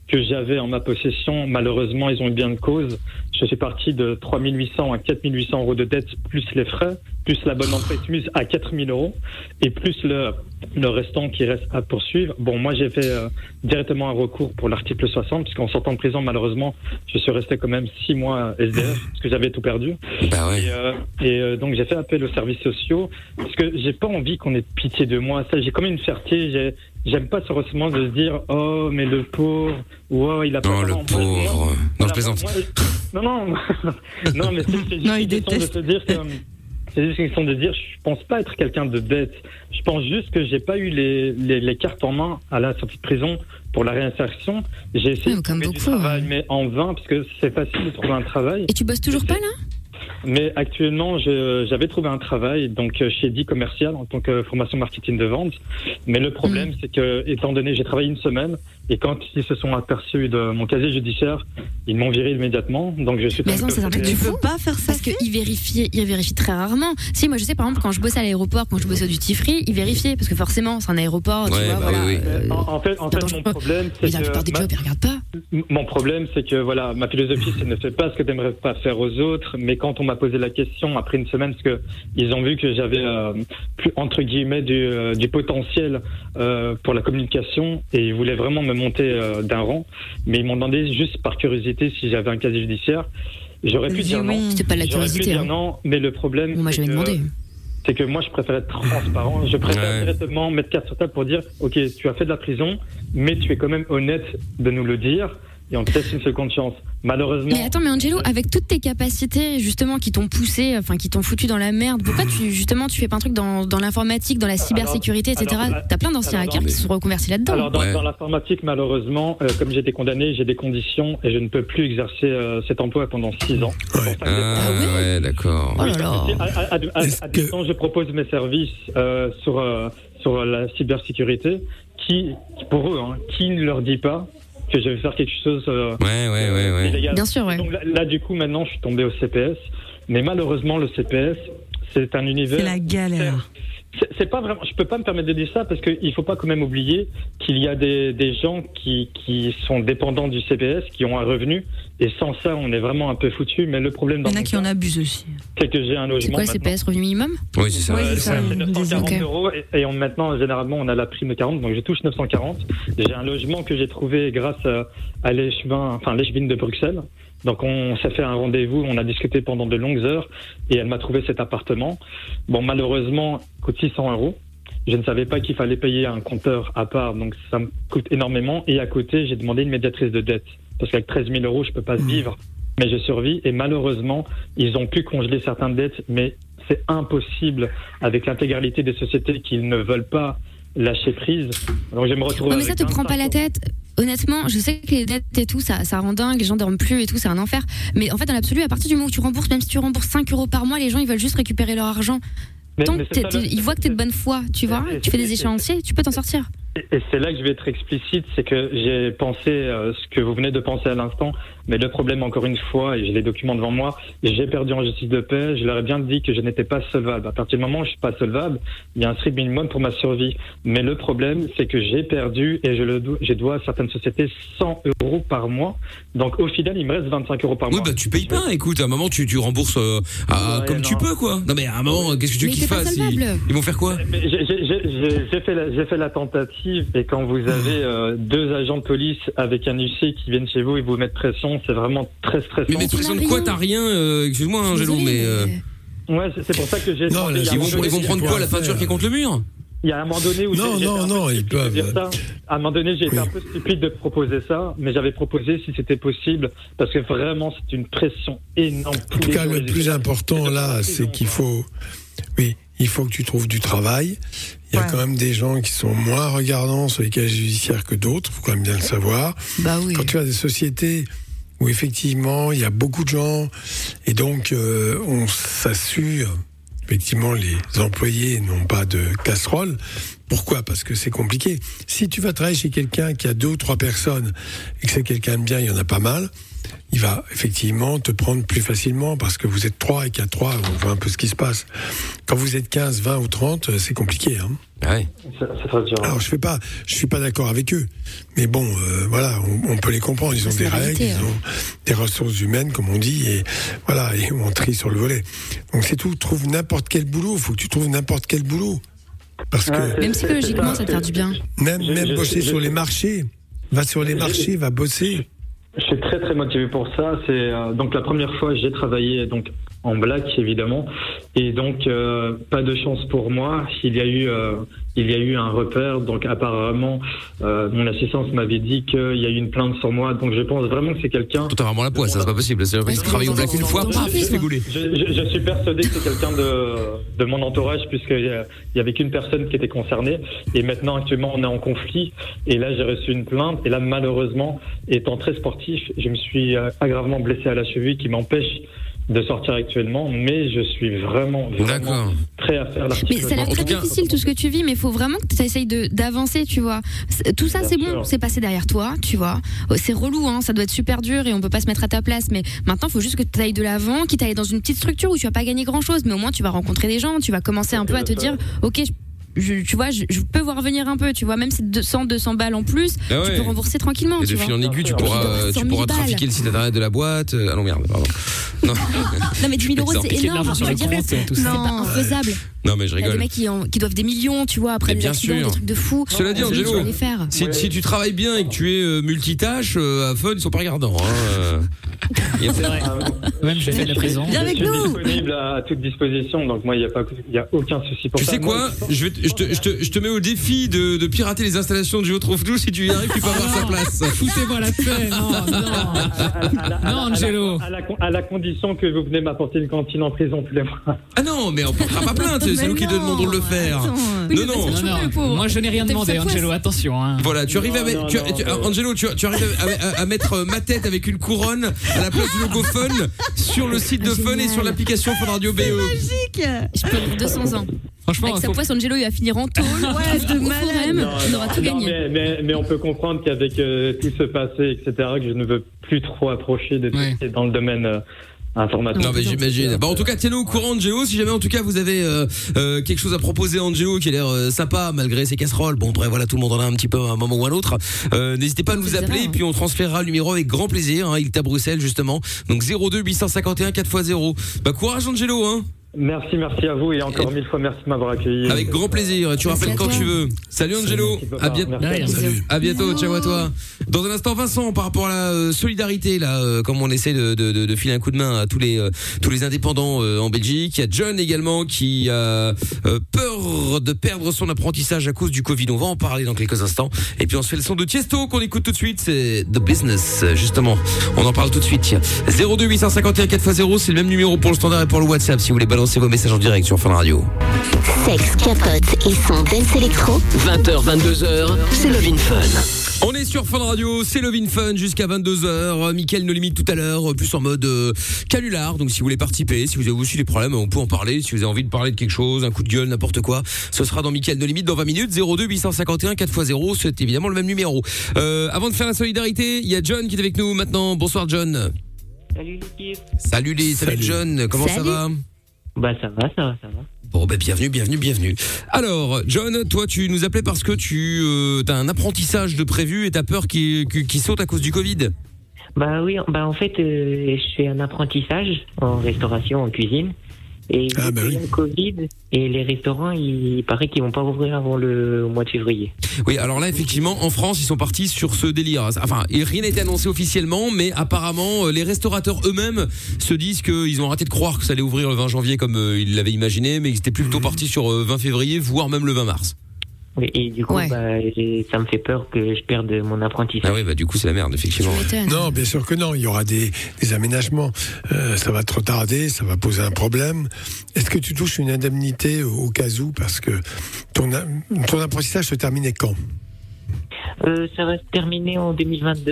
que j'avais en ma possession, malheureusement, ils ont eu bien de cause. Je suis parti de 3 800 à 4 800 euros de dette, plus les frais, plus l'abonnement de Frétmus à 4 000 euros, et plus le restant qui reste à poursuivre. Bon, moi, j'ai fait directement un recours pour l'article 60, puisqu'en sortant de prison, malheureusement, je suis resté quand même 6 mois SDF, parce que j'avais tout perdu.
Bah ouais.
Donc, j'ai fait appel aux services sociaux, parce que j'ai pas envie qu'on ait pitié de moi. Ça, j'ai quand même une fierté. J'aime pas ce ressentiment de se dire « Oh, mais le pauvre, oh, il a pas... »
Oh, le pauvre. Non, je plaisante.
Non, mais c'est juste une question de se dire que... C'est juste une question de dire, je pense pas être quelqu'un de bête. Je pense juste que j'ai pas eu les cartes en main à la sortie de prison pour la réinsertion. J'ai essayé de trouver du travail, mais en vain, parce que c'est facile de trouver un travail.
Et tu bosses toujours pas, là ?
Mais actuellement, j'avais trouvé un travail donc chez Di Commercial en tant que formation marketing de vente. Mais le problème, c'est que, étant donné, j'ai travaillé une semaine et quand ils se sont aperçus de mon casier judiciaire, ils m'ont viré immédiatement. Donc je suis.
Mais attends, tu peux pas faire ça parce qu'ils vérifient très rarement. Si, moi je sais par exemple quand je bossais à l'aéroport, quand je bossais au duty free, ils vérifiaient parce que forcément c'est un aéroport. Tu vois, voilà.
Oui. En fait, mon problème, c'est que
la plupart des jobs ils regardent pas.
Mon problème, c'est que voilà, ma philosophie, c'est ne fais pas ce que tu n'aimerais pas faire aux autres. Mais quand on m'a posé la question après une semaine, parce que ils ont vu que j'avais plus entre guillemets du potentiel pour la communication et ils voulaient vraiment me monter d'un rang, mais ils m'ont demandé juste par curiosité si j'avais un casier judiciaire. J'aurais pu dire non.
C'était pas de la curiosité.
Non, mais le problème, c'est que moi je préfère être transparent. Je préfère directement mettre carte sur table pour dire ok, tu as fait de la prison, mais tu es quand même honnête de nous le dire. Et on te laisse une seconde chance. Malheureusement.
Mais attends, mais Angelo, avec toutes tes capacités, justement, qui t'ont poussé, enfin, qui t'ont foutu dans la merde, pourquoi tu fais pas un truc dans l'informatique, dans la cybersécurité, etc. T'as plein d'anciens hackers qui se sont reconvertis là-dedans.
Alors, dans l'informatique, malheureusement, comme j'ai été condamné, j'ai des conditions et je ne peux plus exercer cet emploi pendant 6 ans.
Ouais, d'accord.
Oh là là.
À distance, je propose mes services sur la cybersécurité qui, pour eux, qui ne leur dit pas que je vais faire quelque chose illégal.
Bien sûr, ouais.
Donc là, du coup, maintenant, je suis tombé au CPS. Mais malheureusement, le CPS, c'est un univers...
C'est la galère.
C'est pas vraiment... Je peux pas me permettre de dire ça parce qu'il faut pas quand même oublier qu'il y a des gens qui sont dépendants du CPS, qui ont un revenu. Et sans ça, on est vraiment un peu foutu. Mais le problème...
Il y en a qui en abusent aussi.
C'est que j'ai un logement...
C'est quoi le CPS, revenu minimum ?
Oui, c'est ça.
C'est 940 euros. Et maintenant, généralement, on a la prime de 40. Donc, je touche 940. J'ai un logement que j'ai trouvé grâce à l'Echevin de Bruxelles. Donc on s'est fait un rendez-vous, on a discuté pendant de longues heures et elle m'a trouvé cet appartement. Bon, malheureusement, il coûte 600 euros. Je ne savais pas qu'il fallait payer un compteur à part, donc ça me coûte énormément. Et à côté, j'ai demandé une médiatrice de dette parce qu'avec 13 000 euros, je peux pas vivre, mais je survis. Et malheureusement, ils ont pu congeler certaines dettes, mais c'est impossible avec l'intégralité des sociétés qui ne veulent pas lâcher prise. Donc je me retrouve.
Mais ça te prend pas la tête. Honnêtement, je sais que les dettes et tout, ça rend dingue, les gens dorment plus et tout, c'est un enfer. Mais en fait, dans l'absolu, à partir du moment où tu rembourses, même si tu rembourses 5 euros par mois, les gens, ils veulent juste récupérer leur argent. Tant qu'ils voient que t'es de bonne foi, tu vois, tu fais des échéanciers, tu peux t'en sortir.
Et c'est là que je vais être explicite, c'est que j'ai pensé ce que vous venez de penser à l'instant, mais le problème, encore une fois, et j'ai les documents devant moi, j'ai perdu en justice de paix, je leur ai bien dit que je n'étais pas solvable. À partir du moment où je suis pas solvable, il y a un strict minimum pour ma survie. Mais le problème, c'est que j'ai perdu et je dois à certaines sociétés 100 euros par mois. Donc au final, il me reste 25 euros par mois.
Oui, bah tu payes pas, écoute, à un moment tu rembourses comme tu peux, quoi. Non mais à un moment, qu'est-ce que tu veux qu'ils fassent? Ils vont faire quoi?
J'ai fait la tentative, et quand vous avez 2 agents de police avec un huissier qui viennent chez vous et vous mettent pression, c'est vraiment très stressant.
Mais pression de quoi? T'as rien, excuse-moi, Angelo, mais...
Ouais, c'est pour ça que j'ai...
Non, là,
ils vont prendre quoi, la peinture qui est contre le mur?
Il y a un moment donné où
ils peuvent
dire ça. À un moment donné, j'ai été un peu stupide de proposer ça, mais j'avais proposé si c'était possible, parce que vraiment, c'est une pression énorme.
En tout cas, le plus important là, c'est qu'il faut... Oui, il faut que tu trouves du travail. Il y a quand même des gens qui sont moins regardants sur les casiers judiciaires que d'autres, il faut quand même bien le savoir.
Bah oui.
Quand tu as des sociétés où effectivement il y a beaucoup de gens et donc on s'assure, effectivement les employés n'ont pas de casserole. Pourquoi? Parce que c'est compliqué. Si tu vas travailler chez quelqu'un qui a 2 ou 3 personnes et que c'est quelqu'un de bien, il y en a pas mal, il va effectivement te prendre plus facilement parce que vous êtes 3 et qu'à 3, on voit un peu ce qui se passe. Quand vous êtes 15, 20 ou 30, c'est compliqué. Hein.
Ouais.
C'est très dur.
Alors je suis pas d'accord avec eux, mais bon, voilà, on peut les comprendre. Ils ont des règles, ils ont des ressources humaines, comme on dit, et voilà, et on trie sur le volet. Donc c'est tout. Trouve n'importe quel boulot. Faut que tu trouves n'importe quel boulot, parce que
même psychologiquement, ça te fait du bien.
Même bosser sur les marchés. Va sur les marchés, va bosser.
Je suis très très motivé pour ça. C'est donc la première fois j'ai travaillé donc en black évidemment, et donc pas de chance pour moi. Il y a eu un repère. Donc apparemment mon assistance m'avait dit qu'il y a eu une plainte sur moi. Donc je pense vraiment que c'est quelqu'un.
Toi t'as vraiment la poisse, ça c'est pas possible. C'est vrai qu'il travaille au black une fois, paf, il se fait gouler.
Je suis persuadé que c'est quelqu'un de mon entourage, puisqu'il y avait qu'une personne qui était concernée, et maintenant actuellement on est en conflit, et là j'ai reçu une plainte, et là malheureusement, étant très sportif, je me suis gravement blessé à la cheville qui m'empêche de sortir actuellement, mais je suis vraiment prêt à faire l'article.
Mais ça a l'air très difficile tout ce que tu vis, mais il faut vraiment que tu essayes d'avancer, tu vois. Tout ça, c'est bon, c'est passé derrière toi, tu vois. C'est relou, hein, ça doit être super dur et on peut pas se mettre à ta place, mais maintenant, il faut juste que tu ailles de l'avant, quitte à aller dans une petite structure où tu vas pas gagner grand-chose, mais au moins tu vas rencontrer des gens, tu vas commencer un peu à te dire, ok, tu vois, je peux voir venir un peu. Tu vois, même si c'est 200 balles en plus, tu peux rembourser tranquillement.
Et de fil en aiguille, tu pourras trafiquer le site internet de la boîte. Ah non, merde, pardon. Non,
mais 10 000 euros, c'est énorme. Je veux dire, c'est pas infaisable.
Non, mais je rigole.
Il y a des mecs qui doivent des millions, tu vois, après des accidents, des trucs de fou.
Cela dit, Angelo, si tu travailles bien et que tu es multitâche, à Fun, ils sont pas regardants.
C'est vrai. Même j'ai fait de la prison.
Viens avec nous. Je suis disponible à toute disposition, donc moi, il n'y a aucun souci pour ça.
Tu sais quoi, je te mets au défi de pirater les installations de Géo Trouve-Tout. Si tu y arrives, tu peux avoir sa place.
Foutez-moi la paix. Non, Angelo.
À la condition que vous venez m'apporter une cantine en prison tous les mois.
Ah non, mais on portera pas plainte. C'est nous qui te demandons de le faire.
Non. Moi, je n'ai rien demandé, Angelo. Attention.
Voilà, tu arrives Angelo, tu arrives à mettre ma tête avec une couronne à la place du logo Fun sur le site de Fun et sur l'application Fun Radio BE.
C'est magique. Je peux vivre 200 ans.
Franchement,
avec sa poisse, Angelo, il va finir en tôle. De malade. On aura tout gagné.
Mais on peut comprendre qu'avec tout ce passé, etc., que je ne veux plus trop approcher de tout ce qui est dans le domaine informatique.
Non, mais j'imagine. En tout cas, tiens-nous au courant, Angelo. Si jamais, en tout cas, vous avez quelque chose à proposer à Angelo qui a l'air sympa malgré ses casseroles. Bon, bref, voilà, tout le monde en a un petit peu à un moment ou à un autre. N'hésitez pas à nous appeler et puis on transférera le numéro avec grand plaisir. Il est à Bruxelles, justement. Donc 02 851 4x0. Courage, Angelo, hein.
Merci à vous et encore 1000 fois merci de m'avoir accueilli.
Avec grand plaisir, tu rappelles quand tu veux. Salut Angelo, à bientôt, ciao à toi. Dans un instant, Vincent, par rapport à la solidarité, là, comme on essaie de filer un coup de main à tous les indépendants en Belgique. Il y a John également qui a peur de perdre son apprentissage à cause du Covid. On va en parler dans quelques instants. Et puis on se fait le son de Tiesto qu'on écoute tout de suite, c'est The Business, justement. On en parle tout de suite. 02 851 4x0, c'est le même numéro pour le standard et pour le WhatsApp si vous voulez balancer vos messages en direct sur Fun Radio.
Sexe, capote et son dance électro.
20h, 22h, c'est Love in Fun.
On est sur Fun Radio, c'est Love in Fun jusqu'à 22h. Mickaël No Limite tout à l'heure, plus en mode canular. Donc si vous voulez participer, si vous avez aussi des problèmes, on peut en parler. Si vous avez envie de parler de quelque chose, un coup de gueule, n'importe quoi, ce sera dans Mickaël No Limite dans 20 minutes. 02 851 4x0, c'est évidemment le même numéro. Avant de faire la solidarité, il y a John qui est avec nous maintenant. Bonsoir John.
Salut l'équipe.
Salut John, comment ça va?
Ça va.
Bon, bienvenue. Alors, John, toi, tu nous appelais parce que tu as un apprentissage de prévu et t'as peur qu'il saute à cause du Covid.
Oui, en fait, je fais un apprentissage en restauration, en cuisine. Et le Covid et les restaurants, il paraît qu'ils vont pas rouvrir avant le mois de février.
Oui, alors là, effectivement, en France, ils sont partis sur ce délire. Enfin, rien n'a été annoncé officiellement, mais apparemment, les restaurateurs eux-mêmes se disent qu'ils ont arrêté de croire que ça allait ouvrir le 20 janvier comme ils l'avaient imaginé, mais ils étaient plutôt partis sur 20 février, voire même le 20 mars.
Oui, et du coup, ça me fait peur que je perde mon apprentissage.
Ah oui, du coup, c'est la merde, effectivement.
Non, bien sûr que non. Il y aura des aménagements. Ça va trop tarder, ça va poser un problème. Est-ce que tu touches une indemnité au cas où? Parce que ton apprentissage se terminait quand?
Ça va se terminer en 2022.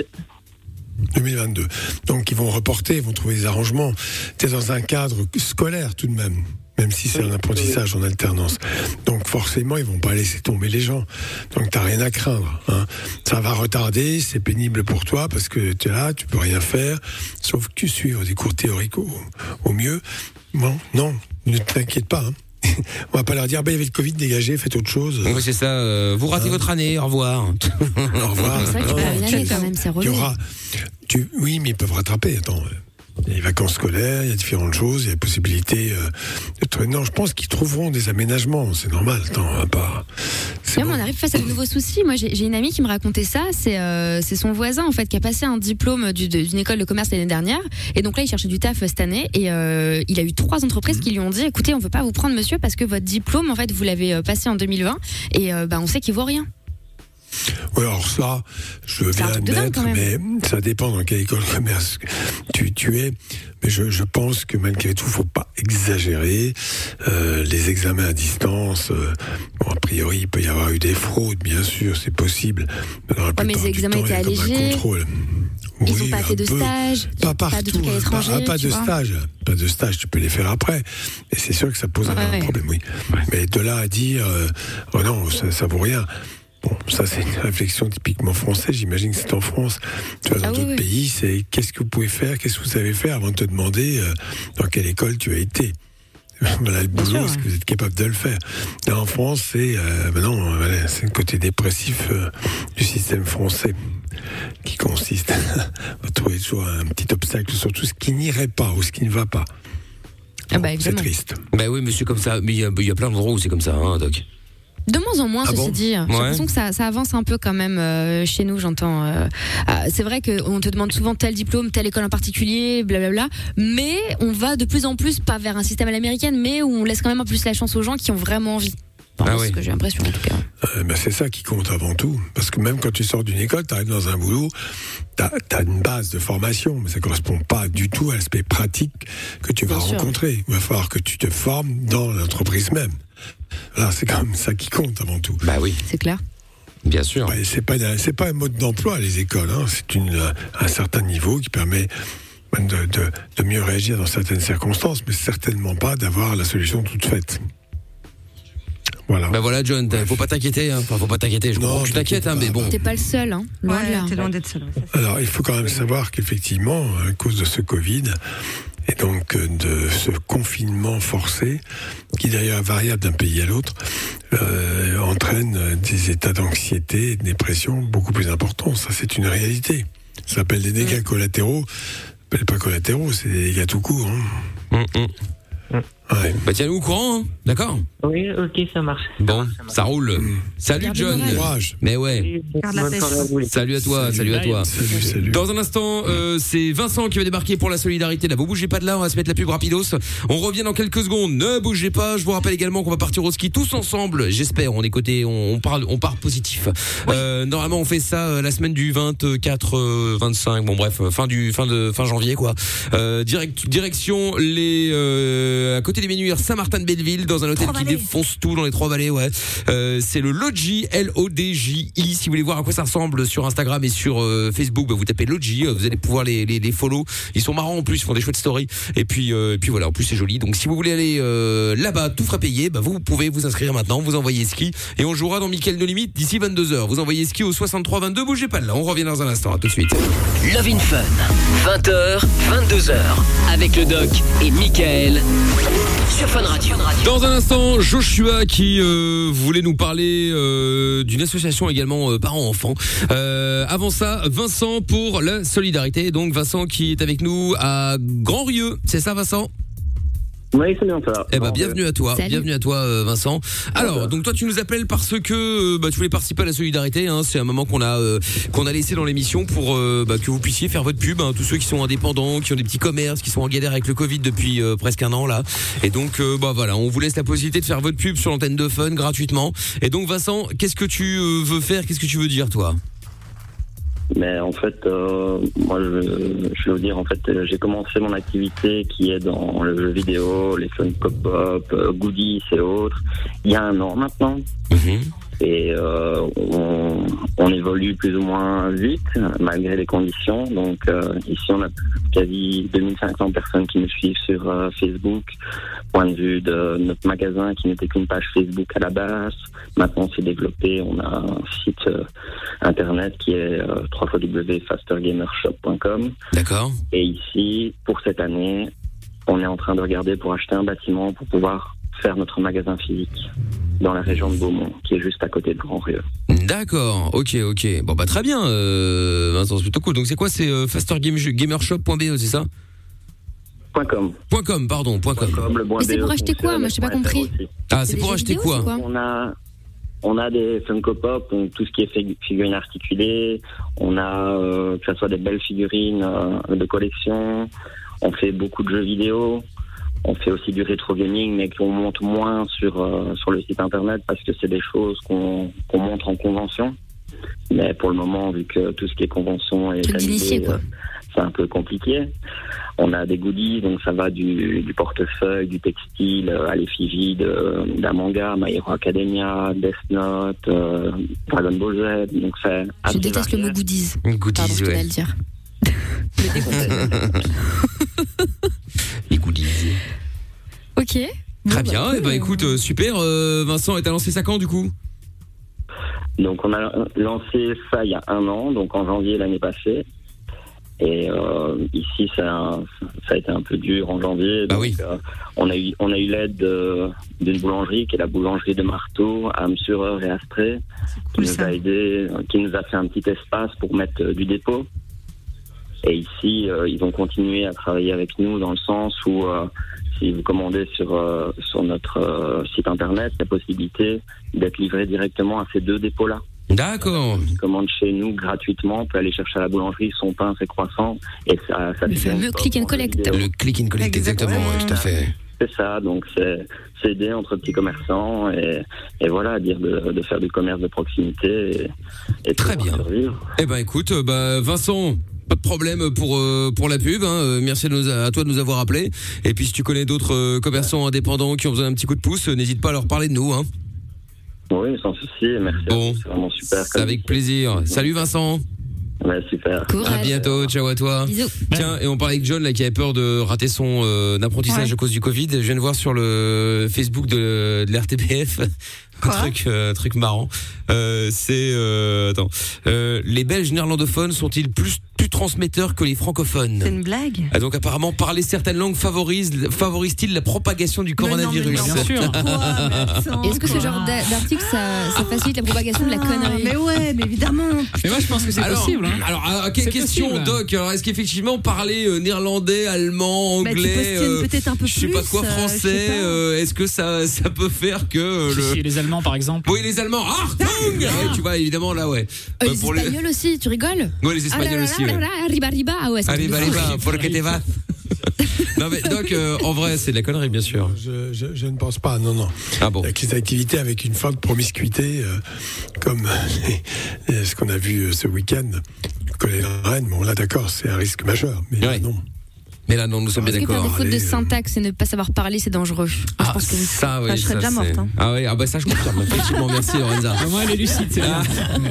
2022. Donc, ils vont reporter, ils vont trouver des arrangements. Tu es dans un cadre scolaire, tout de même. même si c'est un apprentissage en alternance. Donc forcément, ils vont pas laisser tomber les gens. Donc t'as rien à craindre. Hein. Ça va retarder, c'est pénible pour toi parce que tu es là, tu peux rien faire, sauf que tu suivre des cours théoriques au mieux. Bon, non, ne t'inquiète pas. Hein. On va pas leur dire, il y avait le Covid, dégagez, faites autre chose.
Oui, c'est ça. Vous ratez votre année, au revoir.
Au revoir.
C'est vrai que tu peux une année quand même, c'est relou.
Oui, mais ils peuvent rattraper. Attends. Il y a les vacances scolaires, il y a différentes choses, il y a la possibilité non, je pense qu'ils trouveront des aménagements, c'est normal. Attends, on va pas.
Bon. On arrive face à de nouveaux soucis. Moi, j'ai une amie qui me racontait ça. C'est son voisin en fait qui a passé un diplôme d'une école de commerce l'année dernière. Et donc là, il cherchait du taf cette année. Et il a eu 3 entreprises qui lui ont dit écoutez, on veut pas vous prendre, monsieur, parce que votre diplôme, en fait, vous l'avez passé en 2020. Et on sait qu'il vaut rien.
Oui, alors ça, je veux bien admettre, mais ça dépend dans quelle école de commerce tu es. Mais je pense que malgré tout, faut pas exagérer. Les examens à distance, a priori, il peut y avoir eu des fraudes, bien sûr, c'est possible.
Mais les examens étaient allégés. Ils n'ont pas fait de stage,
pas partout,
pas de trucs à l'étranger.
Pas de stage, tu peux les faire après. Et c'est sûr que ça pose un problème, oui. Mais de là à dire, oh non, ça vaut rien. Bon, ça c'est une réflexion typiquement française, j'imagine que c'est en France. Tu vois, dans d'autres pays, c'est qu'est-ce que vous pouvez faire, qu'est-ce que vous savez faire avant de te demander dans quelle école tu as été. Voilà le boulot, est-ce que vous êtes capable de le faire. Là, en France, c'est c'est le côté dépressif du système français qui consiste à trouver toujours un petit obstacle sur tout ce qui n'irait pas ou ce qui ne va pas. C'est triste.
Bah oui, monsieur, comme ça, mais il y a plein d'endroits où c'est comme ça, hein, Doc.
De moins en moins, ceci dit. J'ai l'impression que ça avance un peu quand même chez nous, j'entends. C'est vrai qu'on te demande souvent tel diplôme, telle école en particulier, blablabla. Mais on va de plus en plus, pas vers un système à l'américaine, mais où on laisse quand même un peu plus la chance aux gens qui ont vraiment envie. C'est ce que j'ai l'impression, en tout cas.
C'est ça qui compte avant tout. Parce que même quand tu sors d'une école, tu arrives dans un boulot, t'as une base de formation, mais ça correspond pas du tout à l'aspect pratique que tu vas rencontrer. Il va falloir que tu te formes dans l'entreprise même. Là, c'est quand même ça qui compte avant tout.
Bah oui.
C'est clair.
Bien sûr.
C'est pas un mode d'emploi, les écoles. Hein. C'est un certain niveau qui permet de mieux réagir dans certaines circonstances, mais certainement pas d'avoir la solution toute faite. Voilà.
Bah voilà, John, faut pas t'inquiéter. Hein. Enfin, faut pas t'inquiéter. Je comprends que tu t'inquiètes, mais bon.
T'es pas le seul, hein. Loin de là.
T'es loin d'être seul.
Alors, il faut quand même savoir qu'effectivement, à cause de ce Covid, et donc de ce confinement forcé, qui d'ailleurs est variable d'un pays à l'autre, entraîne des états d'anxiété et de dépression beaucoup plus importants. Ça, c'est une réalité. Ça s'appelle des dégâts collatéraux. Ça s'appelle pas collatéraux, c'est des dégâts tout court. Hein.
Ouais. Bah tiens-nous au courant, hein. D'accord ?
Oui, ok, ça marche.
Bon, ça roule. Salut John. Mais ouais. Salut à toi, salut. Dans un instant, c'est Vincent qui va débarquer pour la solidarité. Là, vous bougez pas de là, on va se mettre la pub rapidos. On revient dans quelques secondes. Ne bougez pas. Je vous rappelle également qu'on va partir au ski tous ensemble. J'espère. On est côté, on part positif. Normalement, on fait ça la semaine du 24, 25. Bon bref, fin janvier quoi. Direction à côté des Ménuires, Saint-Martin-de-Belleville, dans un hôtel qui défonce tout dans les Trois-Vallées, c'est le Lodji, L-O-D-J-I. Si vous voulez voir à quoi ça ressemble sur Instagram et sur Facebook, vous tapez Lodji, vous allez pouvoir les follow. Ils sont marrants en plus, ils font des chouettes stories. Et puis voilà, en plus c'est joli. Donc si vous voulez aller là-bas, tout frais payé, vous pouvez vous inscrire maintenant, vous envoyez ski et on jouera dans Mickaël No Limite d'ici 22h. Vous envoyez ski au 63 22, bougez pas de là. On revient dans un instant, à tout de suite.
Love in Fun, 20h, 22h, avec le Doc et Mickaël. Sur Fun Radio.
Dans un instant, Joshua qui voulait nous parler d'une association également parents-enfants. Avant ça, Vincent pour la solidarité. Donc Vincent qui est avec nous à Grand-Rieu. C'est ça, Vincent ?
Oui, c'est bien ça.
Bienvenue à toi.
Salut.
Bienvenue à toi, Vincent. Alors, donc toi, tu nous appelles parce que tu voulais participer à la solidarité. Hein. C'est un moment qu'on a laissé dans l'émission pour que vous puissiez faire votre pub. Hein, tous ceux qui sont indépendants, qui ont des petits commerces, qui sont en galère avec le Covid depuis presque un an là. Et donc, voilà, on vous laisse la possibilité de faire votre pub sur l'antenne de Fun gratuitement. Et donc, Vincent, qu'est-ce que tu veux faire ? Qu'est-ce que tu veux dire, toi ?
Mais en fait, moi, je veux dire, en fait, j'ai commencé mon activité qui est dans le jeu vidéo, les fun pop-up, goodies et autres, il y a un an maintenant.
Et on évolue plus ou moins vite, malgré les conditions. Donc ici, on a quasi 2500 personnes qui nous suivent sur Facebook. Point de vue de notre magasin, qui n'était qu'une page Facebook à la base. Maintenant, on s'est développé. On a un site internet qui est www.fastergamershop.com.
D'accord.
Et ici, pour cette année, on est en train de regarder pour acheter un bâtiment pour pouvoir faire notre magasin physique dans la région de Beaumont, qui est juste à côté de Grand-Rieu.
D'accord, ok. Bon bah très bien, Vincent, c'est plutôt cool. Donc c'est quoi, c'est fastergamershop.be, c'est ça?
.com.
.com.
Mais c'est pour acheter quoi? Moi, j'ai pas compris.
Ah, c'est pour acheter quoi?
On a des Funko Pop, donc tout ce qui est figurines articulées. On a que ce soit des belles figurines de collection. On fait beaucoup de jeux vidéo. On fait aussi du rétro gaming, mais qu'on monte moins sur le site internet parce que c'est des choses qu'on montre en convention. Mais pour le moment, vu que tout ce qui est convention est annulé, c'est un peu compliqué. On a des goodies, donc ça va du portefeuille, du textile, à l'effigie d'un manga, My Hero Academia, Death Note, Dragon Ball Z. Donc c'est
je déteste le mot goodies.
Pardon,
je tenais à le dire.
Les goodies.
Ok.
Très bien. Et écoute, super. Vincent, et t'as lancé ça quand du coup?
Donc on a lancé ça il y a 1 an, donc en janvier l'année passée. Et ici ça a été un peu dur en janvier. Donc, on a eu l'aide d'une boulangerie qui est la boulangerie de Marteau à Amsureur et Astrée, qui nous a aidé, qui nous a fait un petit espace pour mettre du dépôt. Et ici ils ont continué à travailler avec nous dans le sens où si vous commandez sur notre site internet, il y a possibilité d'être livré directement à ces 2 dépôts-là.
D'accord.
Qui commande chez nous gratuitement, on peut aller chercher à la boulangerie son pain, ses croissants, et ça
le fameux click and collect.
Le click and collect, exactement, tout à fait.
C'est ça, donc c'est aider entre petits commerçants et voilà, dire de faire du commerce de proximité et
très bien.
Survivre.
Eh ben écoute, Vincent, pas de problème pour la pub, hein. Merci à toi de nous avoir appelés. Et puis si tu connais d'autres commerçants indépendants qui ont besoin d'un petit coup de pouce, n'hésite pas à leur parler de nous, hein.
Oui, sans souci, merci.
Bon,
c'est vraiment super.
C'est avec plaisir. Salut Vincent.
Ouais, super.
Courage.
À bientôt, ciao à toi.
Bisous.
Tiens, et on parlait avec John là qui avait peur de rater son apprentissage à cause du Covid. Je viens de voir sur le Facebook de l'RTBF un truc marrant. Les Belges néerlandophones sont-ils plus transmetteurs que les francophones?
C'est une blague.
Donc apparemment parler certaines langues favorise-t-il la propagation du coronavirus?
Bien sûr.
Est-ce que ce genre d'article ça facilite la propagation de la connerie?
Mais ouais, mais évidemment.
Mais moi je pense que c'est possible. Hein.
Alors question possible. Doc, alors est-ce qu'effectivement parler néerlandais, allemand, anglais,
peut-être un peu
je sais pas quoi, français, est-ce que ça peut faire que
les Allemands par exemple?
Oui, les Allemands. Achtung! Ouais, tu vois évidemment là
les Espagnols aussi, tu rigoles?
Oui, les Espagnols aussi.
Arriba, ouais.
Arriba, pour que te vas. Non mais Doc, en vrai, c'est de la connerie, bien sûr.
Je ne pense pas, non.
Ah bon.
Il y a des activités avec une forte promiscuité, comme ce qu'on a vu ce week-end, coller la reine. Bon là, d'accord, c'est un risque majeur, mais non.
Mais là, non, nous sommes bien d'accord.
Parce que faire des fautes de syntaxe et ne pas savoir parler, c'est dangereux. Je pense que
ça, oui.
Je serais déjà morte. Hein.
Ah oui, ça, je confirme. Effectivement, merci, Lorenza.
Moi, elle est lucide, c'est bien.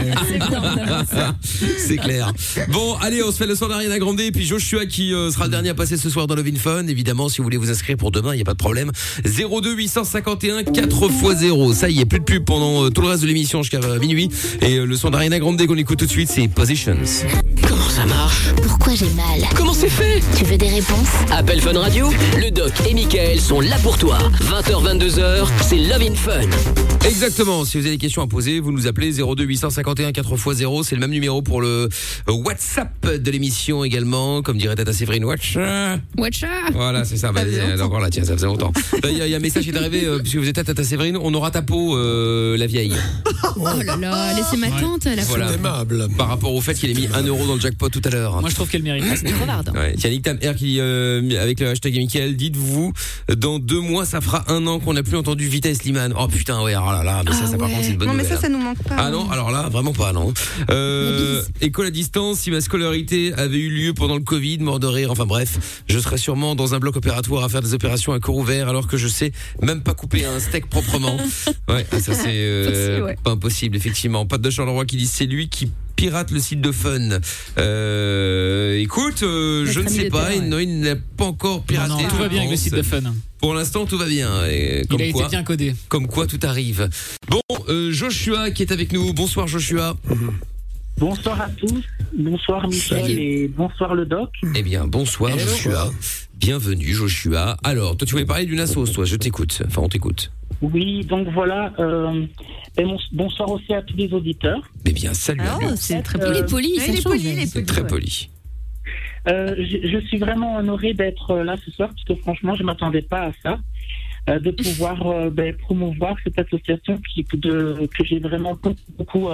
C'est clair. Bon, allez, on se fait le son d'Ariana Grande et puis Joshua qui sera le dernier à passer ce soir dans Love in Fun. Évidemment, si vous voulez vous inscrire pour demain, il n'y a pas de problème. 02 851 4x0. Ça y est, plus de pub pendant tout le reste de l'émission jusqu'à minuit. Et le son d'Ariana Grande qu'on écoute tout de suite, c'est Positions.
Comment ça marche?
Pourquoi j'ai mal?
Comment c'est fait?
Tu veux des réponses?
Appel Fun Radio, le Doc et Mickaël sont là pour toi. 20h, 22h, c'est Love in Fun.
Exactement, si vous avez des questions à poser, vous nous appelez 02 851 4x0. C'est le même numéro pour le WhatsApp de l'émission également. Comme dirait Tata Séverine, Watcha. Voilà, c'est ça. Encore là, tiens, ça faisait longtemps. Il y a un message qui est arrivé, puisque vous êtes à Tata Séverine, on aura ta peau, la vieille.
Oh là là, laissez ma tante, la
voilà.
Aimable.
Par rapport au fait qu'il ait mis 1 euro dans le jackpot tout à l'heure.
Moi je trouve qu'elle mérite.
C'est une revarde.
Ouais. Tiens, Nick Tam R qui, avec le hashtag Mickaël, dites-vous, dans 2 mois, ça fera 1 an qu'on n'a plus entendu Vita et Slimane. Oh putain, ouais, alors là là, mais ça par contre c'est une bonne nouvelle.
Non mais ça nous manque pas.
Ah non, alors là vraiment pas non. École à distance, si ma scolarité avait eu lieu pendant le Covid, mort de rire, enfin bref, je serais sûrement dans un bloc opératoire à faire des opérations à corps ouvert alors que je sais même pas couper un steak proprement. Ouais, ça c'est pas impossible effectivement. Pas de Charleroi qui dit c'est lui qui pirate le site de Fun. Écoute, je ne sais pas, il n'a pas encore piraté.
Non, tout va bien avec le site de Fun.
Pour l'instant, tout va bien. Et
il a été bien codé.
Comme quoi, tout arrive. Bon, Joshua qui est avec nous. Bonsoir, Joshua.
Bonsoir à tous. Bonsoir, Michel. Et bonsoir, le doc.
Eh bien, bonsoir, Joshua. Bienvenue, Joshua. Alors, toi, tu voulais parler d'une assos, toi. Je t'écoute. Enfin, on t'écoute.
Oui, donc voilà. Bonsoir aussi à tous les auditeurs.
Eh bien, salut à lui.
C'est très poli.
C'est très poli.
Je suis vraiment honoré d'être là ce soir parce que franchement je ne m'attendais pas à ça, de pouvoir promouvoir cette association que j'ai vraiment beaucoup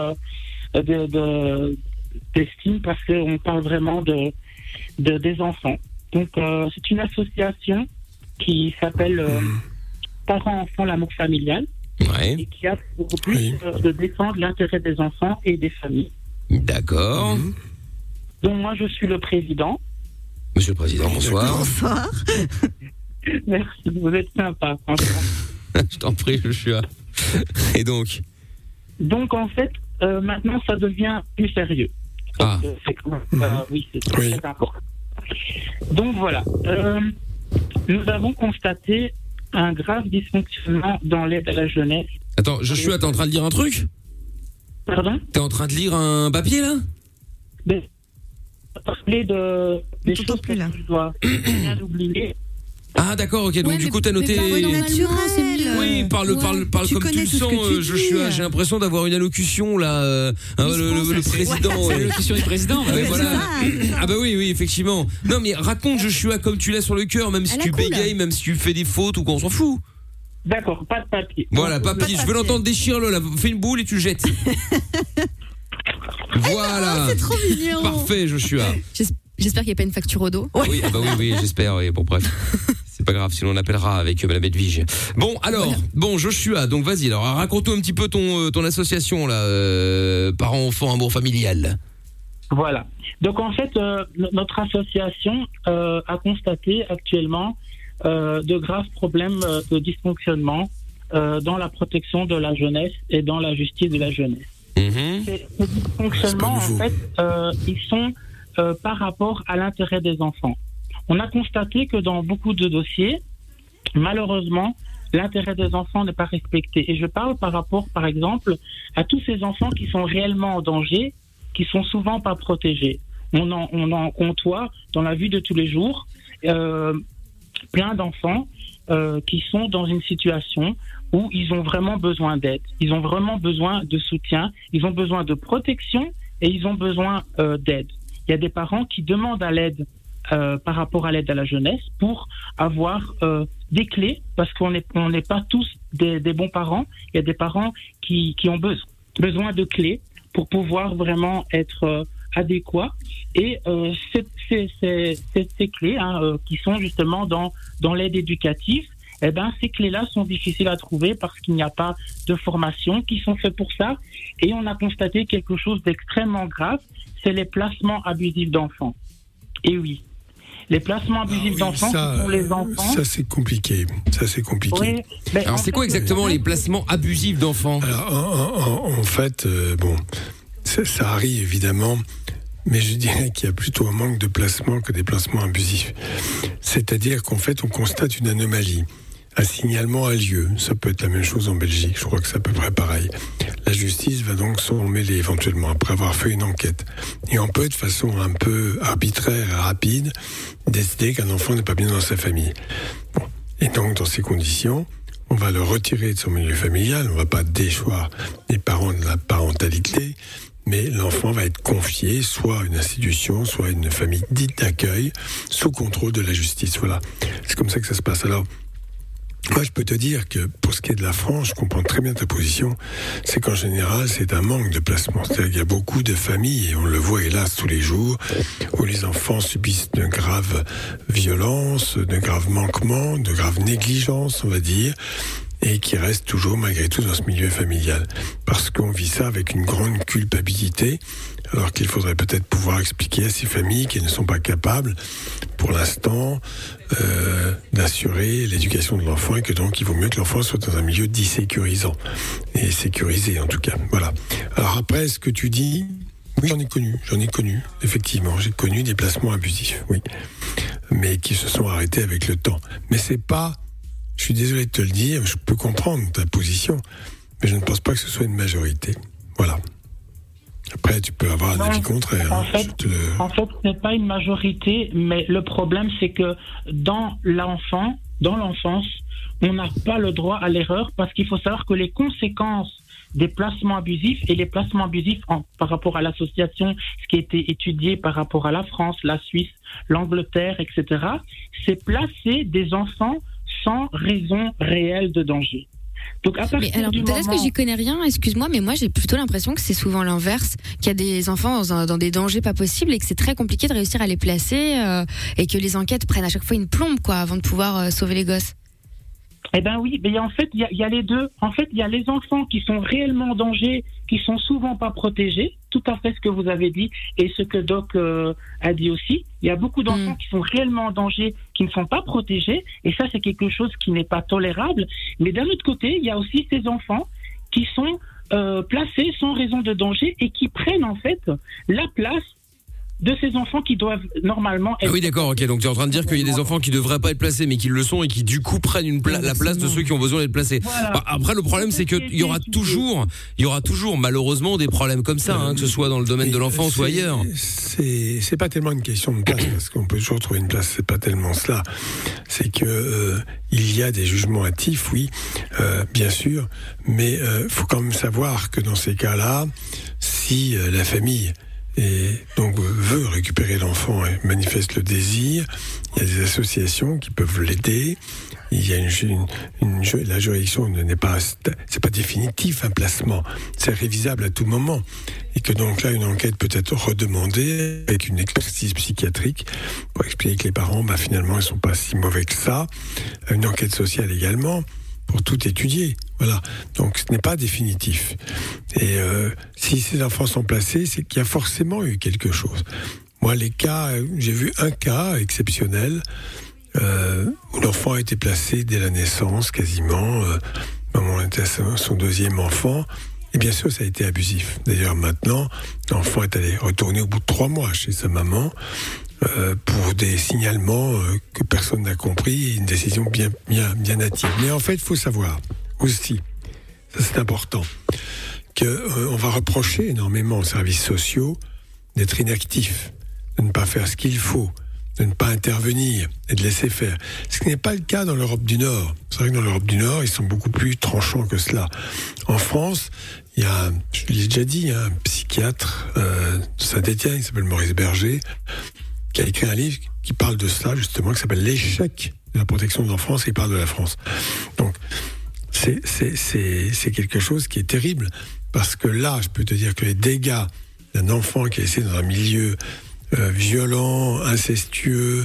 d'estime parce qu'on parle vraiment des enfants. Donc c'est une association qui s'appelle Parents-Enfants l'amour familial et qui a pour but de défendre l'intérêt des enfants et des familles.
D'accord.
Donc moi je suis le président.
Monsieur le président, bonsoir.
Bonsoir.
Merci, vous êtes sympa, franchement.
Je t'en prie, je suis là. Et donc
en fait, maintenant ça devient plus sérieux. Oui, c'est très important. Donc voilà, nous avons constaté un grave dysfonctionnement dans l'aide à la jeunesse.
Attends, Joshua, t'es en train de lire un truc ?
Pardon ?
T'es en train de lire un papier là ?
Parler des choses que je dois bien oublier.
Ah d'accord, ok, donc du coup t'as noté... Oui, parle comme tu le sens, Joshua, j'ai l'impression d'avoir une allocution là, le président...
L'allocution du président,
voilà. Ah bah oui, effectivement. Non mais raconte Joshua comme tu l'as sur le cœur, même si tu bégayes, même si tu fais des fautes ou qu'on s'en fout.
D'accord, pas de papier.
Voilà, papier, je veux l'entendre, déchire-le là, fais une boule et tu le jettes. Voilà.
C'est trop mignon.
Parfait, Joshua.
J'espère qu'il n'y a pas une facture au dos.
Oui, oui, j'espère. Oui. Bon, bref. C'est pas grave, sinon on appellera avec Madame Edwige. Bon, alors, Joshua, donc vas-y, alors raconte-nous un petit peu ton association là, Parents-Enfants Amour Familial.
Voilà. Donc en fait, notre association a constaté actuellement de graves problèmes de dysfonctionnement dans la protection de la jeunesse et dans la justice de la jeunesse. Ces dysfonctionnements, en fait, ils sont par rapport à l'intérêt des enfants. On a constaté que dans beaucoup de dossiers, malheureusement, l'intérêt des enfants n'est pas respecté. Et je parle par rapport, par exemple, à tous ces enfants qui sont réellement en danger, qui sont souvent pas protégés. On en côtoie dans la vie de tous les jours plein d'enfants qui sont dans une situation où ils ont vraiment besoin d'aide, ils ont vraiment besoin de soutien, ils ont besoin de protection et ils ont besoin d'aide. Il y a des parents qui demandent à l'aide par rapport à l'aide à la jeunesse pour avoir des clés, parce qu'on n'est pas tous des bons parents. Il y a des parents qui ont besoin de clés pour pouvoir vraiment être adéquats. Et ces clés qui sont justement dans l'aide éducative, ces clés-là sont difficiles à trouver parce qu'il n'y a pas de formation qui sont faites pour ça. Et on a constaté quelque chose d'extrêmement grave, c'est les placements abusifs d'enfants. Et oui, les placements abusifs d'enfants, ce sont les enfants...
Ça, c'est compliqué.
Oui,
alors, c'est quoi exactement les placements abusifs d'enfants ?
Alors, en fait, ça arrive évidemment, mais je dirais qu'il y a plutôt un manque de placement que des placements abusifs. C'est-à-dire qu'en fait, on constate une anomalie. Un signalement a lieu. Ça peut être la même chose en Belgique. Je crois que c'est à peu près pareil. La justice va donc s'en mêler éventuellement après avoir fait une enquête. Et on peut, de façon un peu arbitraire et rapide, décider qu'un enfant n'est pas bien dans sa famille. Bon. Et donc, dans ces conditions, on va le retirer de son milieu familial. On ne va pas déchoir les parents de la parentalité, mais l'enfant va être confié soit à une institution, soit à une famille dite d'accueil, sous contrôle de la justice. Voilà. C'est comme ça que ça se passe. Alors, moi, je peux te dire que pour ce qui est de la France, je comprends très bien ta position, c'est qu'en général, c'est un manque de placement. C'est-à-dire qu'il y a beaucoup de familles, et on le voit hélas tous les jours, où les enfants subissent de graves violences, de graves manquements, de graves négligences, on va dire. et qui reste toujours malgré tout dans ce milieu familial. Parce qu'on vit ça avec une grande culpabilité, alors qu'il faudrait peut-être pouvoir expliquer à ces familles qui ne sont pas capables, pour l'instant, d'assurer l'éducation de l'enfant, et que donc il vaut mieux que l'enfant soit dans un milieu dit sécurisant, et sécurisé en tout cas. Voilà. Alors après, ce que tu dis, oui, j'en ai connu, effectivement. J'ai connu des placements abusifs, oui. Mais qui se sont arrêtés avec le temps. Mais c'est pas, je suis désolé de te le dire, je peux comprendre ta position, mais je ne pense pas que ce soit une majorité. Voilà. Après, tu peux avoir un avis contraire.
En fait, ce n'est pas une majorité, mais le problème, c'est que dans l'enfance, on n'a pas le droit à l'erreur, parce qu'il faut savoir que les conséquences des placements abusifs, et les placements abusifs par rapport à l'association, ce qui a été étudié par rapport à la France, la Suisse, l'Angleterre, etc., c'est placer des enfants sans raison réelle de danger. Donc,
mais alors, peut-être que j'y connais rien, excuse-moi, mais moi j'ai plutôt l'impression que c'est souvent l'inverse, qu'il y a des enfants dans des dangers pas possibles et que c'est très compliqué de réussir à les placer et que les enquêtes prennent à chaque fois une plombe, quoi, avant de pouvoir sauver les gosses.
Eh ben oui, mais en fait, il y a les deux. En fait, il y a les enfants qui sont réellement en danger, qui sont souvent pas protégés, tout à fait ce que vous avez dit et ce que Doc a dit aussi. Il y a beaucoup d'enfants qui sont réellement en danger, qui ne sont pas protégés, et ça, c'est quelque chose qui n'est pas tolérable. Mais d'un autre côté, il y a aussi ces enfants qui sont placés sans raison de danger et qui prennent en fait la place de ces enfants qui doivent normalement être...
Ah oui, d'accord, ok. Donc tu es en train de dire qu'il y a des enfants qui ne devraient pas être placés, mais qui le sont, et qui du coup prennent la place de ceux qui ont besoin d'être placés. Voilà. Bah, après, le problème, c'est qu'il y aura toujours, malheureusement, des problèmes comme ça, que ce soit dans le domaine de l'enfance ou ailleurs.
C'est pas tellement une question de place, parce qu'on peut toujours trouver une place, c'est pas tellement cela. C'est que il y a des jugements hâtifs, oui, bien sûr, mais faut quand même savoir que dans ces cas-là, si la famille et donc veut récupérer l'enfant et manifeste le désir, il y a des associations qui peuvent l'aider. Il y a la juridiction c'est pas définitif un placement, c'est révisable à tout moment, et que donc là une enquête peut être redemandée avec une expertise psychiatrique pour expliquer que les parents finalement ils sont pas si mauvais que ça, une enquête sociale également pour tout étudier. Voilà. Donc ce n'est pas définitif. Et si ces enfants sont placés, c'est qu'il y a forcément eu quelque chose. Moi, j'ai vu un cas exceptionnel où l'enfant a été placé dès la naissance, quasiment. Maman était son deuxième enfant. Et bien sûr, ça a été abusif. D'ailleurs, maintenant, l'enfant est allé retourner au bout de 3 mois chez sa maman. Pour des signalements que personne n'a compris, et une décision bien hâtive. Mais en fait, il faut savoir aussi, ça c'est important, qu'on va reprocher énormément aux services sociaux d'être inactifs, de ne pas faire ce qu'il faut, de ne pas intervenir et de laisser faire. Ce qui n'est pas le cas dans l'Europe du Nord. C'est vrai que dans l'Europe du Nord, ils sont beaucoup plus tranchants que cela. En France, il y a, je l'ai déjà dit, un psychiatre de Saint-Étienne, il s'appelle Maurice Berger, qui a écrit un livre qui parle de cela, justement, qui s'appelle L'échec de la protection de l'enfance, et il parle de la France. Donc, c'est quelque chose qui est terrible, parce que là, je peux te dire que les dégâts d'un enfant qui est laissé dans un milieu violent, incestueux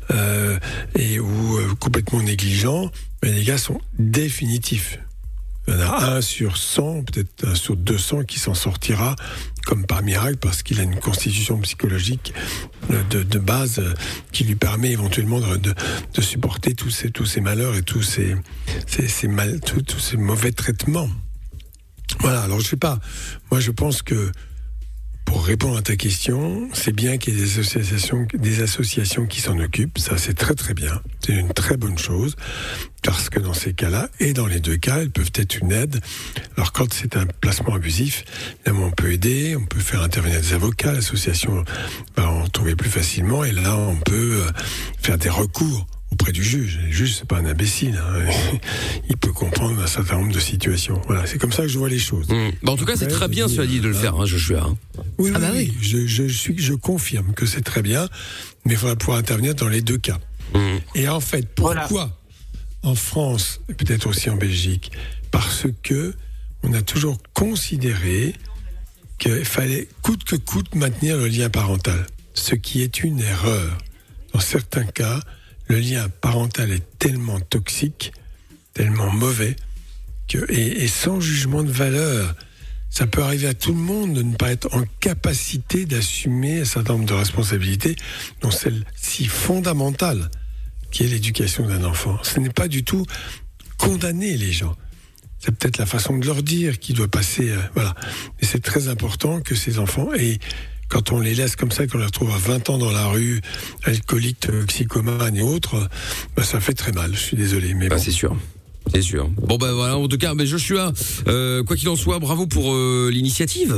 ou complètement négligent, les dégâts sont définitifs. Il y en a 1 sur 100, peut-être 1 sur 200 qui s'en sortira comme par miracle, parce qu'il a une constitution psychologique de base qui lui permet éventuellement de supporter tous ces malheurs et tous ces mauvais traitements. Voilà, alors je sais pas. Moi, je pense que pour répondre à ta question, c'est bien qu'il y ait des associations qui s'en occupent. Ça, c'est très très bien. C'est une très bonne chose, parce que dans ces cas-là, et dans les 2 cas, elles peuvent être une aide. Alors quand c'est un placement abusif, évidemment, on peut aider, on peut faire intervenir des avocats, l'association va en trouver plus facilement, et là, on peut faire des recours auprès du juge. Le juge, c'est pas un imbécile, il peut comprendre un certain nombre de situations. Voilà, c'est comme ça que je vois les choses.
En tout cas, c'est très bien, cela dit, de le faire, Joshua.
Oui, je confirme que c'est très bien, mais il faudra pouvoir intervenir dans les 2 cas. Et en fait, pourquoi en France, et peut-être aussi en Belgique? Parce que on a toujours considéré qu'il fallait coûte que coûte maintenir le lien parental, ce qui est une erreur. Dans certains cas, le lien parental est tellement toxique, tellement mauvais, et sans jugement de valeur. Ça peut arriver à tout le monde de ne pas être en capacité d'assumer un certain nombre de responsabilités, dont celle si fondamentale qui est l'éducation d'un enfant. Ce n'est pas du tout condamner les gens. C'est peut-être la façon de leur dire qui doit passer. Voilà. Et c'est très important que ces enfants, et quand on les laisse comme ça, qu'on les retrouve à 20 ans dans la rue, alcooliques, toxicomanes et autres, ça fait très mal. Je suis désolé. Mais bon.
C'est sûr. C'est sûr. Bon voilà, en tout cas, Joshua, quoi qu'il en soit, bravo pour l'initiative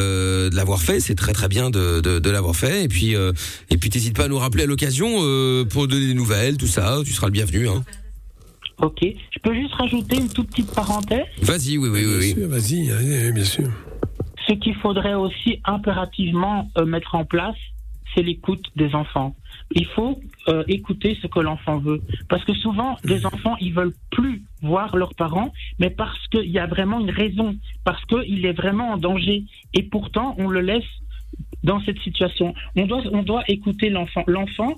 de l'avoir fait. C'est très très bien de l'avoir fait. Et puis t'hésites pas à nous rappeler à l'occasion pour donner des nouvelles, tout ça. Tu seras le bienvenu. Hein.
Ok. Je peux juste rajouter une toute petite parenthèse.
Vas-y, oui.
Bien sûr, vas-y, bien sûr.
Ce qu'il faudrait aussi impérativement mettre en place, c'est l'écoute des enfants. Il faut écouter ce que l'enfant veut. Parce que souvent, les enfants, ils veulent plus voir leurs parents, mais parce qu'il y a vraiment une raison, parce qu'il est vraiment en danger. Et pourtant, on le laisse dans cette situation. On doit écouter l'enfant. L'enfant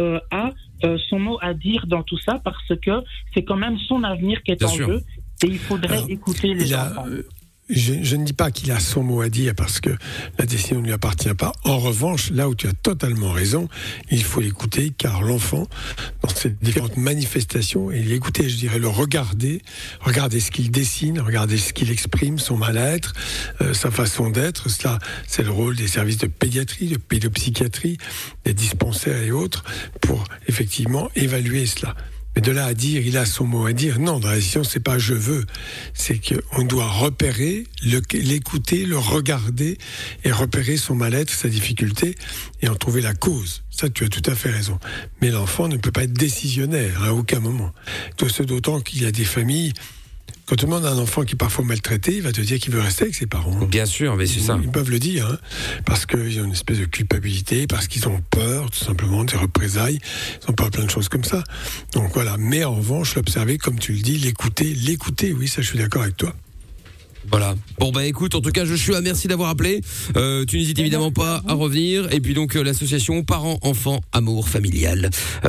a son mot à dire dans tout ça, parce que c'est quand même son avenir qui est en jeu. Et il faudrait écouter les enfants.
Je ne dis pas qu'il a son mot à dire parce que la décision ne lui appartient pas. En revanche, là où tu as totalement raison, il faut l'écouter car l'enfant, dans ses différentes manifestations, et l'écouter, je dirais le regarder ce qu'il dessine, regarder ce qu'il exprime, son mal-être, sa façon d'être. Cela, c'est le rôle des services de pédiatrie, de pédopsychiatrie, des dispensaires et autres pour effectivement évaluer cela. Mais de là à dire, il a son mot à dire, non, dans la décision, c'est pas je veux. C'est qu'on doit repérer, l'écouter, le regarder et repérer son mal-être, sa difficulté et en trouver la cause. Ça, tu as tout à fait raison. Mais l'enfant ne peut pas être décisionnaire à aucun moment. D'autant qu'il y a des familles. Quand tu demandes à un enfant qui est parfois maltraité, il va te dire qu'il veut rester avec ses parents.
Bien sûr, mais c'est ça.
Ils peuvent le dire, hein, parce qu'ils ont une espèce de culpabilité, parce qu'ils ont peur, tout simplement, des représailles. Ils ont peur de plein de choses comme ça. Donc voilà. Mais en revanche, l'observer, comme tu le dis, l'écouter, oui, ça, je suis d'accord avec toi.
Voilà. Bon écoute, en tout cas Joshua, merci d'avoir appelé. Tu n'hésites évidemment pas à revenir. Et puis donc l'association Parents, Enfants, Amour Familial.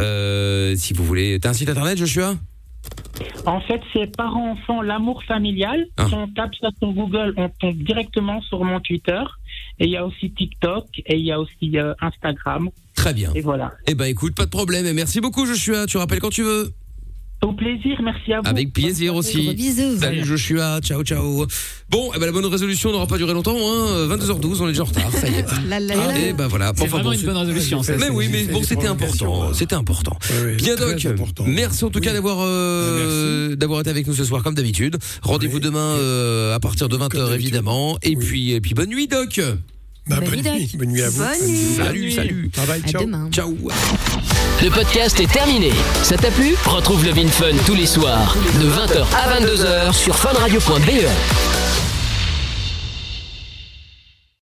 Si vous voulez, t'as un site internet, Joshua ?
En fait, c'est Parents-Enfants, l'amour familial. Si on tape ça sur Google, on tombe directement sur mon Twitter. Et il y a aussi TikTok et il y a aussi Instagram.
Très bien.
Et voilà.
Écoute, pas de problème. Et merci beaucoup Joshua. Tu rappelles quand tu veux.
Au plaisir, merci à vous.
Avec plaisir aussi.
Gros bisous.
Salut Joshua, ciao. Bon, la bonne résolution n'aura pas duré longtemps, hein. 22h12, on est déjà en retard, ça y est. Et voilà.
C'est vraiment une bonne résolution.
Mais oui, mais bon, c'était important.
Oui,
bien Doc,
important.
Merci en tout cas d'avoir été avec nous ce soir comme d'habitude. Rendez-vous demain à partir de 20h évidemment. Et puis bonne nuit Doc.
Bonne nuit à vous.
Salut.
Bye bye, ciao.
Ciao.
Le podcast est terminé. Ça t'a plu ? Retrouve le Vin Fun tous les soirs de 20h à 22h sur funradio.be.